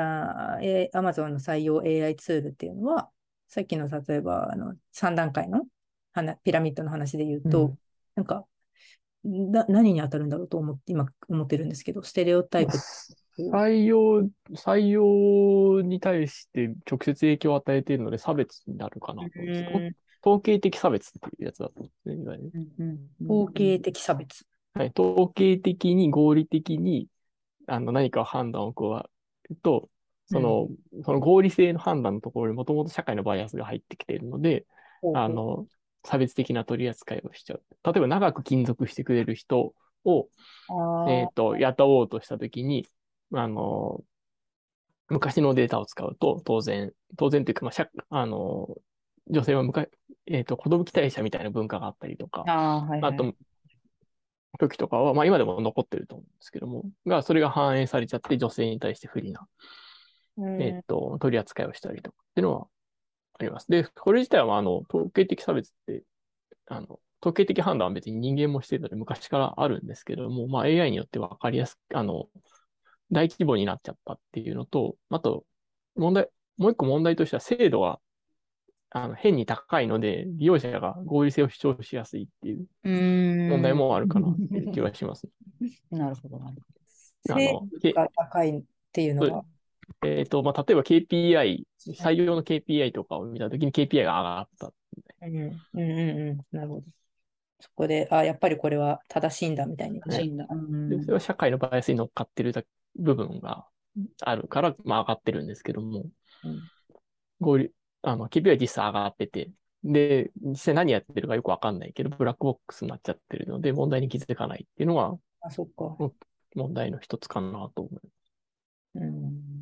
S1: えー Amazon の採用 エーアイ ツールっていうのは、さっきの例えばあのさん段階の話ピラミッドの話で言うと、
S2: うん
S1: なんかな何に当たるんだろうと思って今思ってるんですけど、ステレオタイ
S3: まあ
S1: プ。
S3: 採用、採用に対して直接影響を与えているので差別になるかなと思います。と
S1: うん
S3: 統計的差別っていうやつだと思うんですね、いわゆる。
S2: うんうん
S1: 統計的差別。
S3: はい、統計的に合理的にあの何か判断を加えると、その、その合理性の判断のところにもともと社会のバイアスが入ってきているので、
S1: ほうほう
S3: あの、差別的な取り扱いをしちゃう。例えば長く勤続してくれる人を、え
S1: あ
S3: っと、雇おうとしたときに、あの、昔のデータを使うと、当然、当然というか、まあ、社あの、女性は昔、えっと、子供期待者みたいな文化があったりとか、
S2: ああ、はいはい。
S3: あと、時とかは、まあ今でも残ってると思うんですけども、が、それが反映されちゃって女性に対して不利な、
S1: う
S3: えっ
S1: ん
S3: と、取り扱いをしたりとかっていうのはあります。で、これ自体は、あの、統計的差別って、あの、統計的判断は別に人間もしてたので昔からあるんですけども、まあ エーアイ によって分かりやすく、あの、大規模になっちゃったっていうのと、あと、問題、もう一個問題としては精度があの変に高いので、利用者が合理性を主張しやすいっていう
S2: うー
S3: 問題
S2: ん。
S3: もあるかなっていう気がします。
S2: なるほど、なるほ
S1: 精
S3: あの、け
S1: 度が高いっていうのは、
S3: えっと、まあ、例えば ケーピーアイ、採用の ケーピーアイ とかを見たときに ケーピーアイ が上がった。
S1: うん、うんうんうん、なるほど。そこで、あ、やっぱりこれは正しいんだみたいに
S2: ど。
S1: なる。
S2: しいんだ。う
S3: で、それ
S2: ん。
S3: は社会のバイアスに乗っかってるだ部分があるから、まあ、上がってるんですけども、
S1: うん
S3: 合理、あの、ケーピーアイ は実際上がってて、で、実際何やってるかよくわかんないけど、ブラックボックスになっちゃってるので、問題に気づかないっていうのが、
S1: あ、そっか。
S3: うん問題の一つかなと思います。
S1: うん、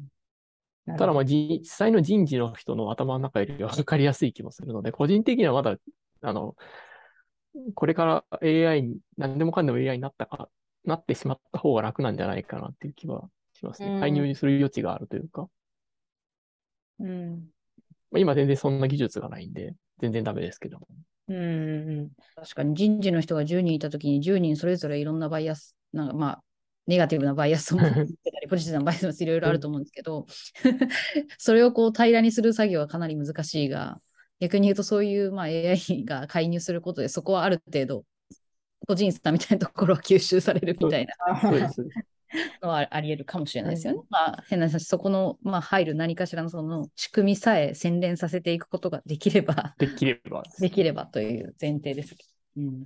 S1: な
S3: ただ、まあ、
S1: るほど。
S3: 実際の人事の人の頭の中よりは分かりやすい気もするので、個人的にはまだ、あの、これから エーアイ に、何でもかんでも エーアイ になったか、なってしまった方が楽なんじゃないかなっていう気はしますね。介
S2: うん。
S3: 入する余地があるというか、
S1: うん、
S3: まあ、今全然そんな技術がないんで、全然ダメですけども。
S1: うん、うん、
S2: 確かに人事の人がじゅうにんいたときにじゅうにんそれぞれいろんなバイアス、なんかまあ、ネガティブなバイアスを持ってたり、ポジティブなバイアスもいろいろあると思うんですけど、それをこう平らにする作業はかなり難しいが、逆に言うとそういうまあ エーアイ が介入することで、そこはある程度、個人差みたいなところは吸収されるみ
S3: そう
S2: たいな
S3: そうです。
S2: のはあり得るかもしれないですよね。
S1: うん
S2: まあ、変な話、そこの、まあ、入る何かしらのその仕組みさえ洗練させていくことができれば、
S3: できればです。
S2: できればという前提ですけど。うん、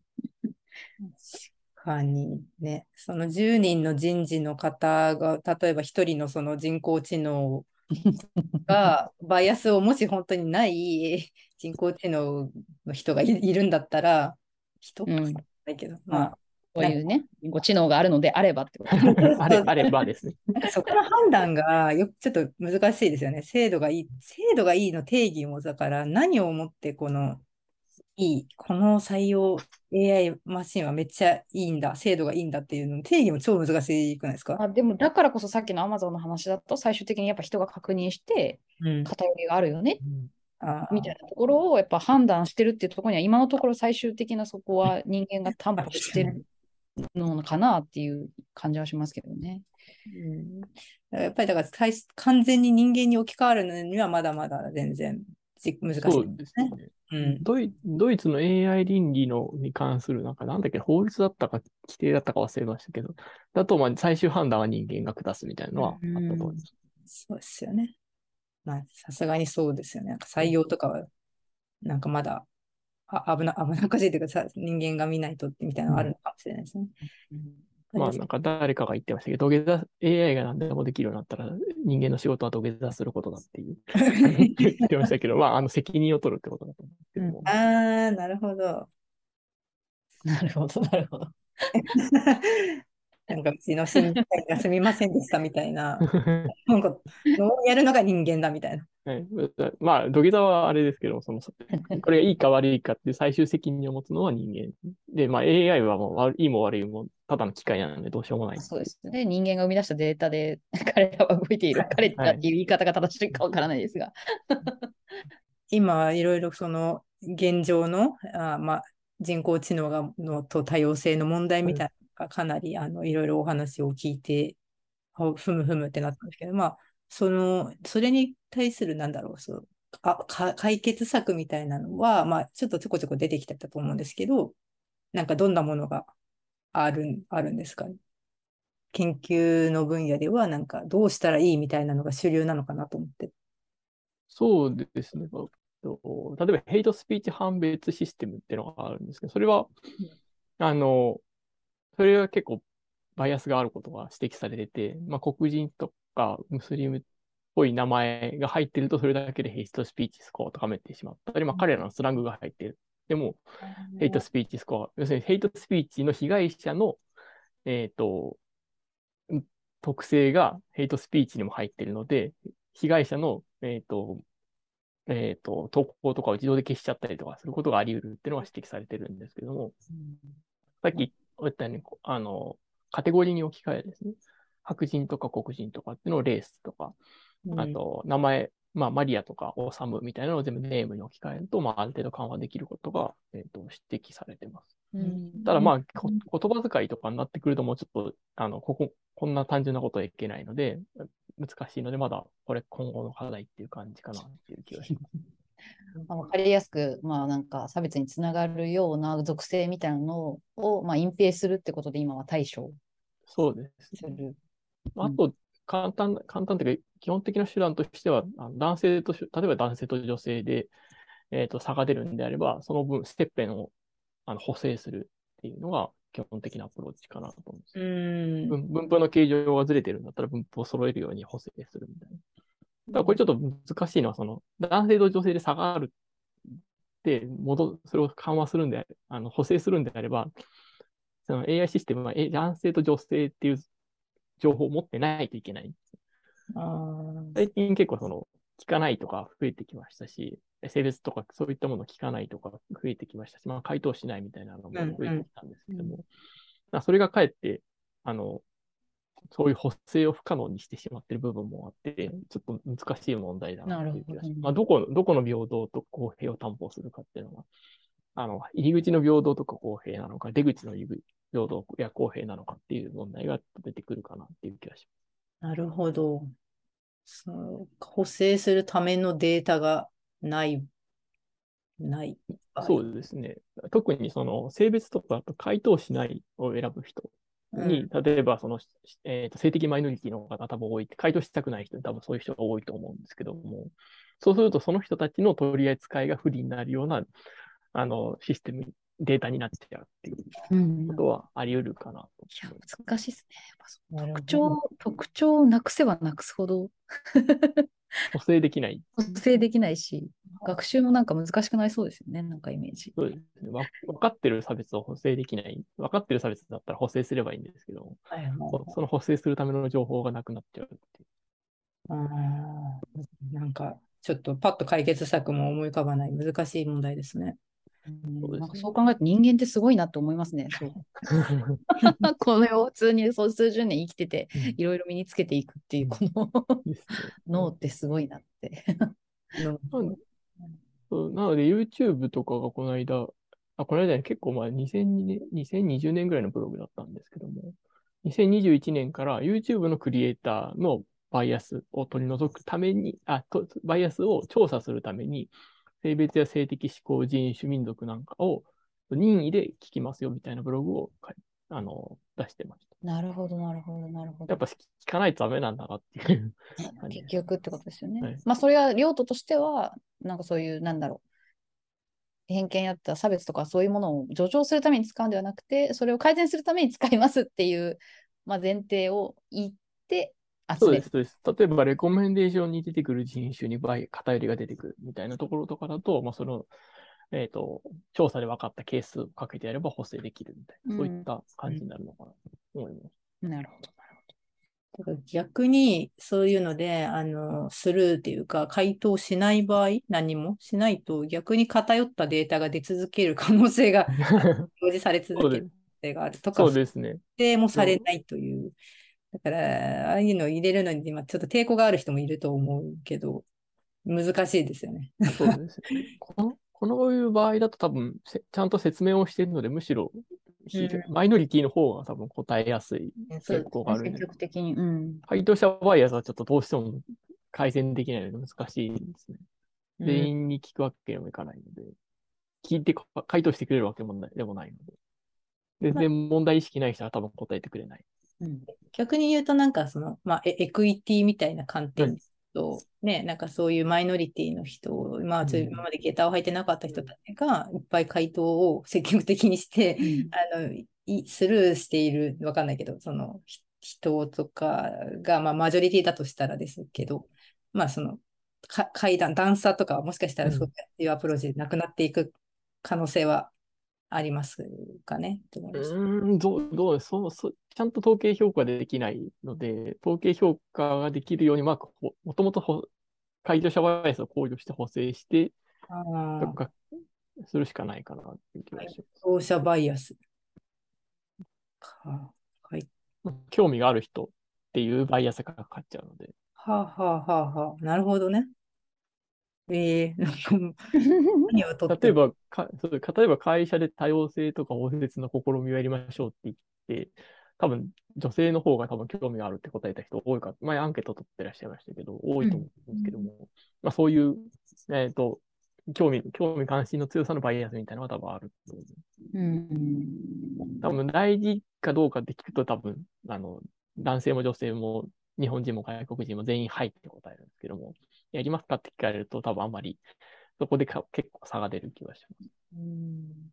S1: 確かにね、そのじゅうにんの人事の方が、例えばひとりのその人工知能が、バイアスをもし本当にない人工知能の人がい、いるんだったら、人
S2: うん、
S1: だけど、
S2: まあ、
S1: まあ、なんか
S2: そういうね、ご知能があるのであればってことです。
S3: あれ、あればですね。
S1: なんかそこの判断がよちょっと難しいですよね。精度がいい、精度がいいの定義もだから何をもってこのいい、この採用 エーアイ マシンはめっちゃいいんだ、精度がいいんだっていうの定義も超難しくないですか？
S2: あ、でも、だからこそさっきの Amazon の話だと、最終的にやっぱ人が確認して、
S1: うん。
S2: 偏りがあるよね、
S1: あ
S2: みたいなところをやっぱ判断してるっていうところには、今のところ最終的なそこは人間が担
S1: あ、
S2: 保してるのかなっていう感じはしますけどね。
S1: うん、やっぱりだから最完全に人間に置き換わるのにはまだまだ全然じ難しい
S3: そうです
S1: ね。
S3: ね。
S1: うん。
S3: ドイ、ドイツの エーアイ 倫理のに関する、なんか、なんだっけ、法律だったか、規定だったか忘れましたけど、だと、まあ、最終判断は人間が下すみたいなのはあったと思います。
S1: そうですよね。まあ、さすがにそうですよね。なんか採用とかは、なんかまだあ危な、危なっかしいというかさ、人間が見ないとみたいなのあるのかもしれないですね。
S3: まあ、なんか誰かが言ってましたけど、土下座、エーアイ が何でもできるようになったら、人間の仕事は土下座することだっていう言ってましたけど、まあ、あの、責任を取るってことだと思うんですけども。
S1: ああ、なるほど。
S2: なるほど、なるほど。
S1: なんかうちの新入社員がすみませんでしたみたいな、なんかのをやるのが人間だみたいな。
S3: はい、まあ、土下座はあれですけど、その、そこれがいいか悪いかっていう最終責任を持つのは人間。で、まあ エーアイ はもう悪いいも悪いもただの機械なのでどうしようもない。
S2: そうですね。人間が生み出したデータで彼らは動いている。彼らっていう言い方が正しいかわからないですが。
S1: 今、いろいろその現状の、あまあ、人工知能がのと多様性の問題みたいなのがかなりあのいろいろお話を聞いて、あふむふむってなったんですけど、まあ、その、それに対するなんだろう、そうあか解決策みたいなのは、まあ、ちょっとちょこちょこ出てきてたと思うんですけど、なんかどんなものがある、あるんですかね。研究の分野では、なんかどうしたらいいみたいなのが主流なのかなと思って。
S3: そうですね。まあと例えば、ヘイトスピーチ判別システムっていうのがあるんですけど、それは、あの、それは結構バイアスがあることが指摘されてて、まあ、黒人とかムスリムっぽい名前が入ってると、それだけでヘイトスピーチスコアを高めてしまったり、まあ、彼らのスラングが入ってる。でも、ヘイトスピーチスコア、要するにヘイトスピーチの被害者の、えっと、特性がヘイトスピーチにも入っているので、被害者の、えっと、えっと、投稿とかを自動で消しちゃったりとかすることがあり得るっていうのは指摘されてるんですけども、さっき言ったように、あの、カテゴリーに置き換えですね。白人とか黒人とかっていうのをレースとか、あと、名前、まあ、マリアとかオサムみたいなのを全部ネームに置き換えると、まあ、ある程度緩和できることが、えーと、指摘されています。
S2: うん、
S3: ただ、まあ、言葉遣いとかになってくると、もうちょっと、あの、ここ、こんな単純なことはいけないので、難しいので、まだ、これ今後の課題っていう感じかなっていう気がします。
S2: まあ、分かりやすく、まあ、なんか差別につながるような属性みたいなのを、まあ、隠蔽するってことで今は対処
S3: そうです
S2: する。
S3: あと、簡単、簡単というか、基本的な手段としては、あの男性と、例えば男性と女性で、えーと、差が出るんであれば、その分、ステッペンをあの補正するっていうのが基本的なアプローチかなと思うんです
S1: うん。
S3: 文。文法の形状がずれてるんだったら文法を揃えるように補正するみたいな。だからこれちょっと難しいのは、その男性と女性で差があるって戻、それを緩和するんで、あの補正するんであれば、その エーアイ システムはえ男性と女性っていう情報を持ってないといけない。
S1: あ
S3: 最近結構その聞かないとか増えてきましたし、性別とかそういったものを聞かないとか増えてきましたし、まあ、回答しないみたいなのも増えてきたんですけども、うんうん、それがかえって、あの、そういう補正を不可能にしてしまっている部分もあって、ちょっと難しい問題だなという気がします。まあ、どこ、どこの平等と公平を担保するかっていうのは、あの、入り口の平等とか公平なのか、出口の平等や公平なのかっていう問題が出てくるかなっていう気がし
S1: あ、なるほど。そう補正するためのデータがない、ない場合。
S3: そうですね。特にその性別とか、あと回答しないを選ぶ人に、うん、例えばその、えーと、性的マイノリティの方が多分多い、回答したくない人に多分そういう人が多いと思うんですけども、そうするとその人たちの取り扱いが不利になるようなあのシステム、データになっちゃうっていうことはあり得るかなと、
S2: うん。いや、難しいですね。特徴、特徴をなくせばなくすほど
S3: 補正できない。
S2: 補正できないし、学習もなんか難しくなりそうですよね、なんかイメージ。
S3: そうですね。わ分かってる差別を補正できない。分かってる差別だったら補正すればいいんですけど、はいはい、その補正するための情報がなくなっちゃうっていう。
S1: あなんか、ちょっとパッと解決策も思い浮かばない難しい問題ですね。
S2: うん、なんかそう考えると人間ってすごいなと思いますね。そうこれを普通にそう数十年生きてて、いろいろ身につけていくっていうこの脳ってすごいなって。
S3: なので YouTube とかがこの間、あ、この間結構まあにせんにねん、にせんにじゅうねんぐらいのブログだったんですけども、にせんにじゅういちねんから YouTube のクリエイターのバイアスを取り除くために、あ、とバイアスを調査するために、性別や性的指向、人種、民族なんかを任意で聞きますよみたいなブログをあの出してました。
S2: なるほど、なるほど、なるほど。
S3: やっぱ聞かないとダメなんだなっていう。
S2: 結局ってことですよね。
S3: はい、
S2: まあそれは用途としては、なんかそういう、なんだろう。偏見やった差別とかそういうものを助長するために使うんではなくて、それを改善するために使いますっていう、まあ、前提を言って集める。
S3: そうです、そうです。例えば、レコメンデーションに出てくる人種に倍、偏りが出てくるみたいなところとかだと、まあ、その、えっ、ー、と、調査で分かったケースをかけてやれば補正できるみたいな、そういった感じになるのかなと思います。
S2: なるほど。
S1: だから逆にそういうので、あの、スルーっていうか、回答しない場合、何もしないと、逆に偏ったデータが出続ける可能性が、表示され続ける
S3: そうです。
S1: 可能性があるとか、不
S3: そうですね。
S1: 定も
S3: でも、
S1: されないという。だから、ああいうのを入れるのに、今ちょっと抵抗がある人もいると思うけど、難しいですよね。
S3: そうですね。この、このいう場合だと多分せ、ちゃんと説明をしているので、むしろ、
S1: うん、
S3: マイノリティの方が多分答えやすい傾
S2: そうですね。積
S3: 向があるんで、
S2: 極的に。うん。
S3: 回答者バイアスはちょっとどうしても改善できないので難しいですね。
S1: うん、
S3: 全員に聞くわけにもいかないので、聞いて回答してくれるわけもないでもないので、全
S1: まあ、
S3: 然問題意識ない人は多分答えてくれない。
S2: うん。
S1: 逆に言うと、なんかその、まあ、エエクイティみたいな観
S3: はい。
S1: 点と、ね、なんかそういうマイノリティの人、まあ、
S3: うん。
S1: 今まで下駄を履いてなかった人たちがいっぱい回答を積極的にして、
S2: うん。
S1: あの、いスルーしている、わかんないけど、そのひ人とかが、まあ、マジョリティだとしたらですけど、まあ、その、か階段、段差とかはもしかしたらそういうアプローチでなくなっていく可能性はありますかね、と思いました。
S3: うーん、どう、どう、そう、そう、ちゃんと統計評価できないので、統計評価ができるように、まあ、こもともとほ解除者バイアスを考慮して補正して、
S1: ああ、
S3: とかするしかないかなっていう気がします。
S1: 当社バイアスか。はい。
S3: 興味がある人っていうバイアスがかかっちゃうので。
S1: はあ、はあ、はあ、はあ。なるほどね。ええ、なんかもう何をとっても。
S3: 例えばか、そう例えば会社で多様性とか法律の試みをやりましょうって言って、多分女性の方が多分興味があるって答えた人多いか、前アンケート取ってらっしゃいましたけど、多いと思うんですけども、まあそういう、えっと、興味、興味関心の強さのバイアスみたいなのが多分あると思う。
S2: うん。
S3: 多分大事かどうかって聞くと多分、あの、男性も女性も日本人も外国人も全員はいって答えるんですけども、やりますかって聞かれると多分あんまりそこでか結構差が出る気がします。
S1: うん、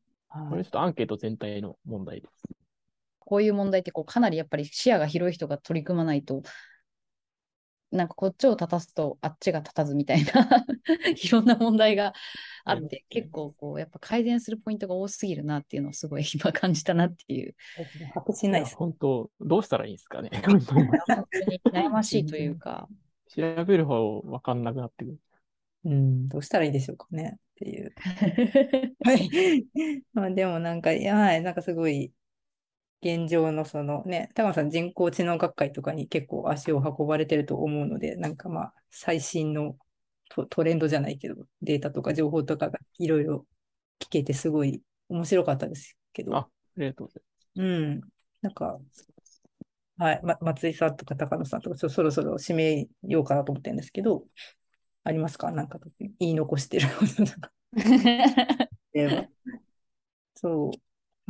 S3: こ
S1: はい。
S3: れちょっとアンケート全体の問題です。
S2: こういう問題ってこうかなりやっぱり視野が広い人が取り組まないと、なんかこっちを立たすとあっちが立たずみたいないろんな問題があ
S3: あります
S2: って、
S3: ね。
S2: 結構こうやっぱ改善するポイントが多すぎるなっていうのをすごい今感じたなっていう。
S1: 白し
S3: いや、
S1: ないです。
S3: 本当、どうしたらいいんですかね。本当に
S2: 本当に悩ましいというか。
S3: 調べる方わかんなくなってくる。
S1: うん、どうしたらいいでしょうかねっていう。はい。まあでもなんか、いや、はい、なんかすごい現状のそのね、高野さん人工知能学会とかに結構足を運ばれてると思うので、なんかまあ最新のト、トレンドじゃないけど、データとか情報とかがいろいろ聞けてすごい面白かったですけ
S3: あ、
S1: ど、
S3: ありがとうござい
S1: うん、なんか、はい、ま、松井さんとか高野さんとか、ちょそろそろ締めようかなと思ってるんですけど、ありますかなんか言い残してることとか。例えばそう。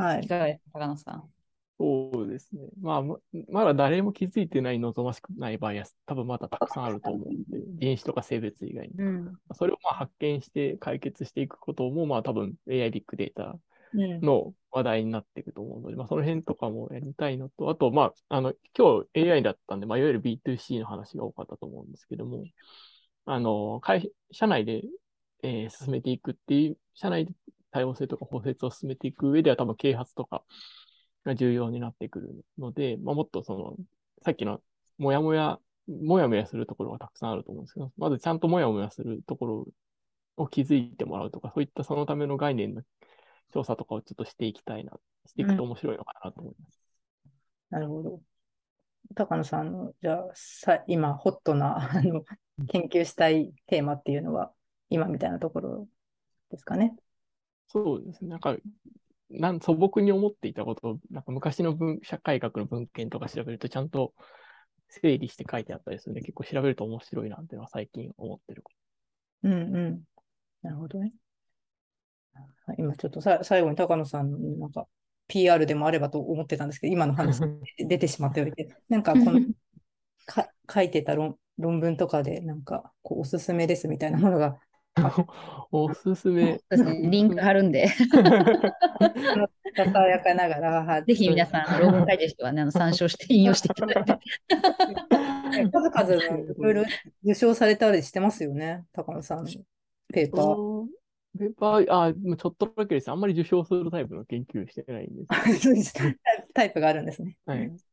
S1: はい。
S2: いかがですか、高野さん。
S3: そうですね。まあ、ままだ誰も気づいてない望ましくないバイアス、多分まだたくさんあると思うんで、人種とか性別以外に。
S2: うん。
S3: それをまあ発見して解決していくことも、まあ多分 エーアイ ビッグデータ
S1: うん。
S3: の話題になっていくと思うので、まあその辺とかもやりたいのと、あと、まあ、あの、今日 エーアイ だったんで、まあいわゆる ビーツーシー の話が多かったと思うんですけども、あの、会社内で、えー進めていくっていう、社内で多様性とか包摂を進めていく上では多分啓発とかが重要になってくるので、まあ、もっとその、さっきのもやもや、もやもやするところがたくさんあると思うんですけど、まずちゃんともやもやするところを気づいてもらうとか、そういったそのための概念の調査とかをちょっとしていきたいな、していく
S1: うん。
S3: と面白いのかなと思います。
S1: なるほど。高野さんの、じゃあ、さ、今、ホットな、あの、研究したいテーマっていうのは、今みたいなところですかね。
S3: そうですね。なんか、なん素朴に思っていたことを、なんか昔の文社会学の文献とか調べると、ちゃんと整理して書いてあったりするので、結構調べると面白いなっていうのは最近思ってる。
S1: うんうん。なるほどね。今ちょっとさ最後に高野さんのなんか ピーアール でもあればと思ってたんですけど、今の話出てしまっておいて、なんかこのか書いてた論、論文とかで、なんかこうおすすめですみたいなものがあ
S3: おすすめ。
S2: そうですね、リンク貼るんで、
S1: ささやかながら、は
S2: ぜひ皆さん、あの論文書いてる人は、ね、あの参照して引用していただいて。
S1: 数々のいろいろ受賞されたりしてますよね、高野さんのペーパー。
S3: そうペーパー、あ、もうちょっとだけです。あんまり受賞するタイプの研究してないんですけど。
S1: そうですタイプがあるんですね。
S3: はい。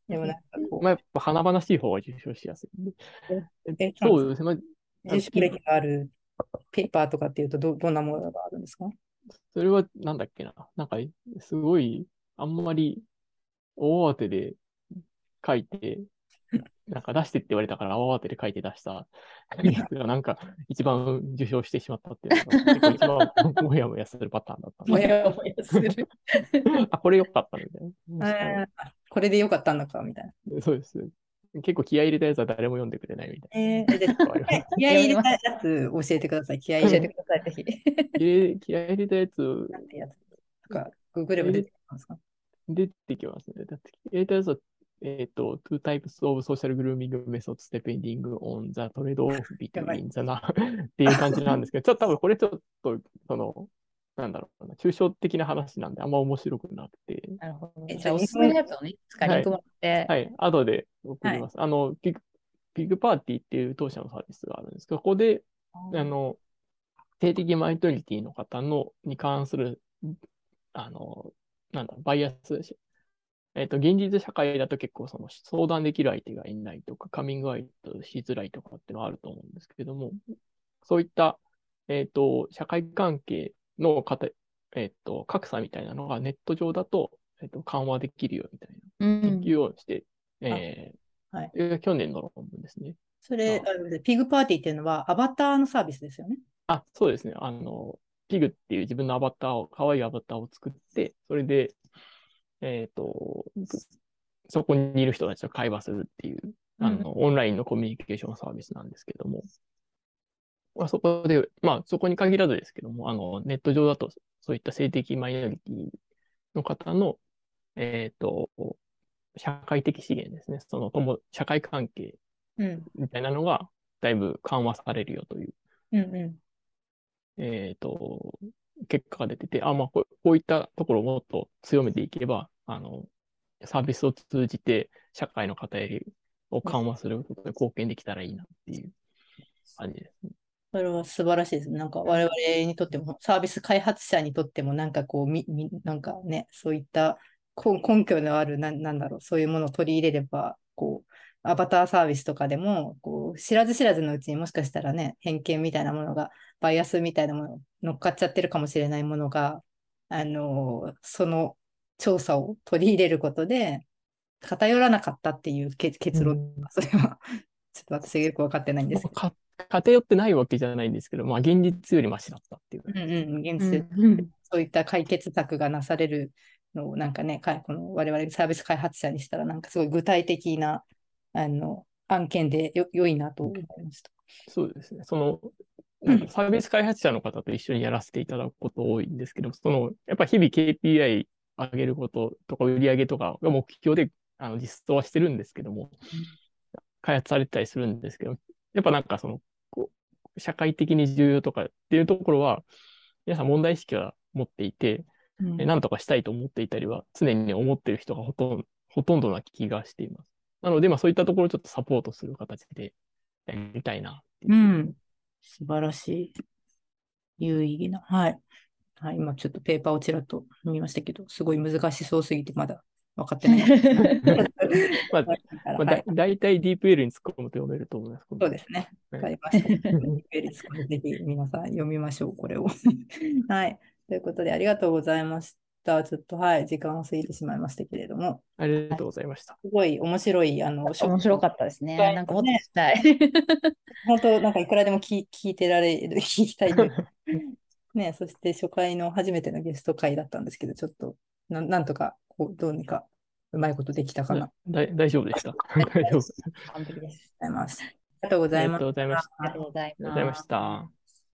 S1: でもなんかこ
S3: まあ、やっぱ華々しい方が受賞しやすいんで。
S1: う、え、なんですか
S3: そうですね。まあ、あのピ
S1: 受賞歴があるペーパーとかっていうとど、どんなものがあるんですか？
S3: それはなんだっけな。なんか、すごい、あんまり大当てで書いて、なんか出してって言われたから大当てで書いて出したやつがなんか一番受賞してしまったっていうのが結構一番もやもやするパターンだったん
S2: も
S3: で。
S2: やもやする。
S3: あ、これ良かったみたいな。もしあの
S1: えーこれでよかったんだかみたいな。
S3: そうです。結構気合い入れたやつは誰も読んでくれないみたい
S1: えー、じゃ
S3: な。あります
S1: あ気合い入れたや
S2: 読みます。
S1: つ教えてください。気合い
S2: 教え
S1: 入れた
S2: てください、ぜひ。
S3: 気合い気合い入れたやつ、
S1: なんてやつなんか、ググれば出
S3: 入れ
S1: てきますか？
S3: 出てきますね。だって気合い入れたやつは、えっと、two types of social grooming methods depending on the trade-off
S1: やばい。
S3: between the なっていう感じなんですけど、ちょっと多分これちょっと、その、なんだろうな、抽象的な話なんであんま面白くなくて、
S2: なるほど。
S1: え、
S2: じゃあ、おすすめのやつをね、いつかリ
S3: はい、
S2: ンクもらって。
S3: はい、後で送ります。あの、ピグ、ピグパーティーっていう当社のサービスがあるんですけど、ここで、あの、性的マイノリティの方の、に関する、あの、なんだ、バイアス、えっと、現実社会だと結構その相談できる相手がいないとか、カミングアウトしづらいとかっていうのはあると思うんですけれども、そういった、えっと、社会関係の方、えっと、格差みたいなのがネット上だと、えっと、緩和できるよみたいな研究をして、えー
S1: はい。
S3: えー去年の論文ですね。
S1: それ、
S3: あ
S1: あれですピグパーティーっていうのはアバターのサービスですよね。
S3: あ、そうですね。あの、ピグっていう自分のアバターを、可愛いアバターを作って、それで、えっと、そこにいる人たちと会話するっていう、あの、オンラインのコミュニケーションサービスなんですけども、まあ、そこで、まあ、そこに限らずですけども、あの、ネット上だと、そういった性的マイノリティの方の、えっと、社会的資源ですね。その、とも、社会関係
S1: うん。
S3: みたいなのが、だいぶ緩和されるよという、
S1: うんう
S3: えっと、結果が出てて、あ、まあこう、こういったところをもっと強めていけば、あの、サービスを通じて社会の偏りを緩和することで貢献できたらいいなっていう感じですね。
S1: それは素晴らしいです。なんか我々にとっても、サービス開発者にとっても、なんかこう、み、み、なんかね、そういった根根拠のある、な、なんだろう、そういうものを取り入れれば、こう、アバターサービスとかでも、こう、知らず知らずのうちにもしかしたらね、偏見みたいなものが、バイアスみたいなもの、乗っかっちゃってるかもしれないものが、あの、その調査を取り入れることで、偏らなかったっていう結結論、それは、ちょっと私がよく分かってないんですけど。
S3: か偏ってないわけじゃないんですけど、まあ現実よりマシだったっていう。
S1: うんうん、現
S2: う
S1: 実
S2: ん
S1: そういった解決策がなされるのを、なんかね、かこの我々サービス開発者にしたら、なんかすごい具体的なあの案件でよ良いなと思いました。
S3: そうですね。その、なんかサービス開発者の方と一緒にやらせていただくこと多いんですけど、その、やっぱ日々 ケーピーアイ 上げることとか売上とかが目標であの実装はしてるんですけども、開発されてたりするんですけど、やっぱなんかその、こう社会的に重要とかっていうところは、皆さん問題意識は持っていて、
S1: うん
S3: 何とかしたいと思っていたりは、常に思っている人がほとんど、ほとんどな気がしています。なので、まあそういったところをちょっとサポートする形でやりたいなっていう。
S1: うん、素晴らしい。有意義な。はい。はい、今ちょっとペーパーをちらっと見ましたけど、すごい難しそうすぎてまだ分かってない。
S3: まあ、まあ、だだいたい ディーピーエル に突っ込むと読めると思います。
S1: そうですね。わかりました。ぜひ皆さん読みましょう、これを。はい。ということで、ありがとうございました。ちょっと、はい、時間を過ぎてしまいましたけれども。
S3: ありがとうございました。
S1: すごい面白い、あの、
S2: 面白かったですね。なんかもっと聞きたい。
S1: 本当、なんかいくらでも聞聞いてられる、聞きたいんで。ね、そして初回の初めてのゲスト会だったんですけど、ちょっとな、なんとかこうどうにかうまいことできたかな。
S3: だ大丈夫でした。大丈夫。
S2: 完璧です。
S1: ありがとうございます。ありがとうございました。
S3: ありがとうございました。
S2: ありがとうござい
S3: ありがとうございま
S2: ます。
S3: した。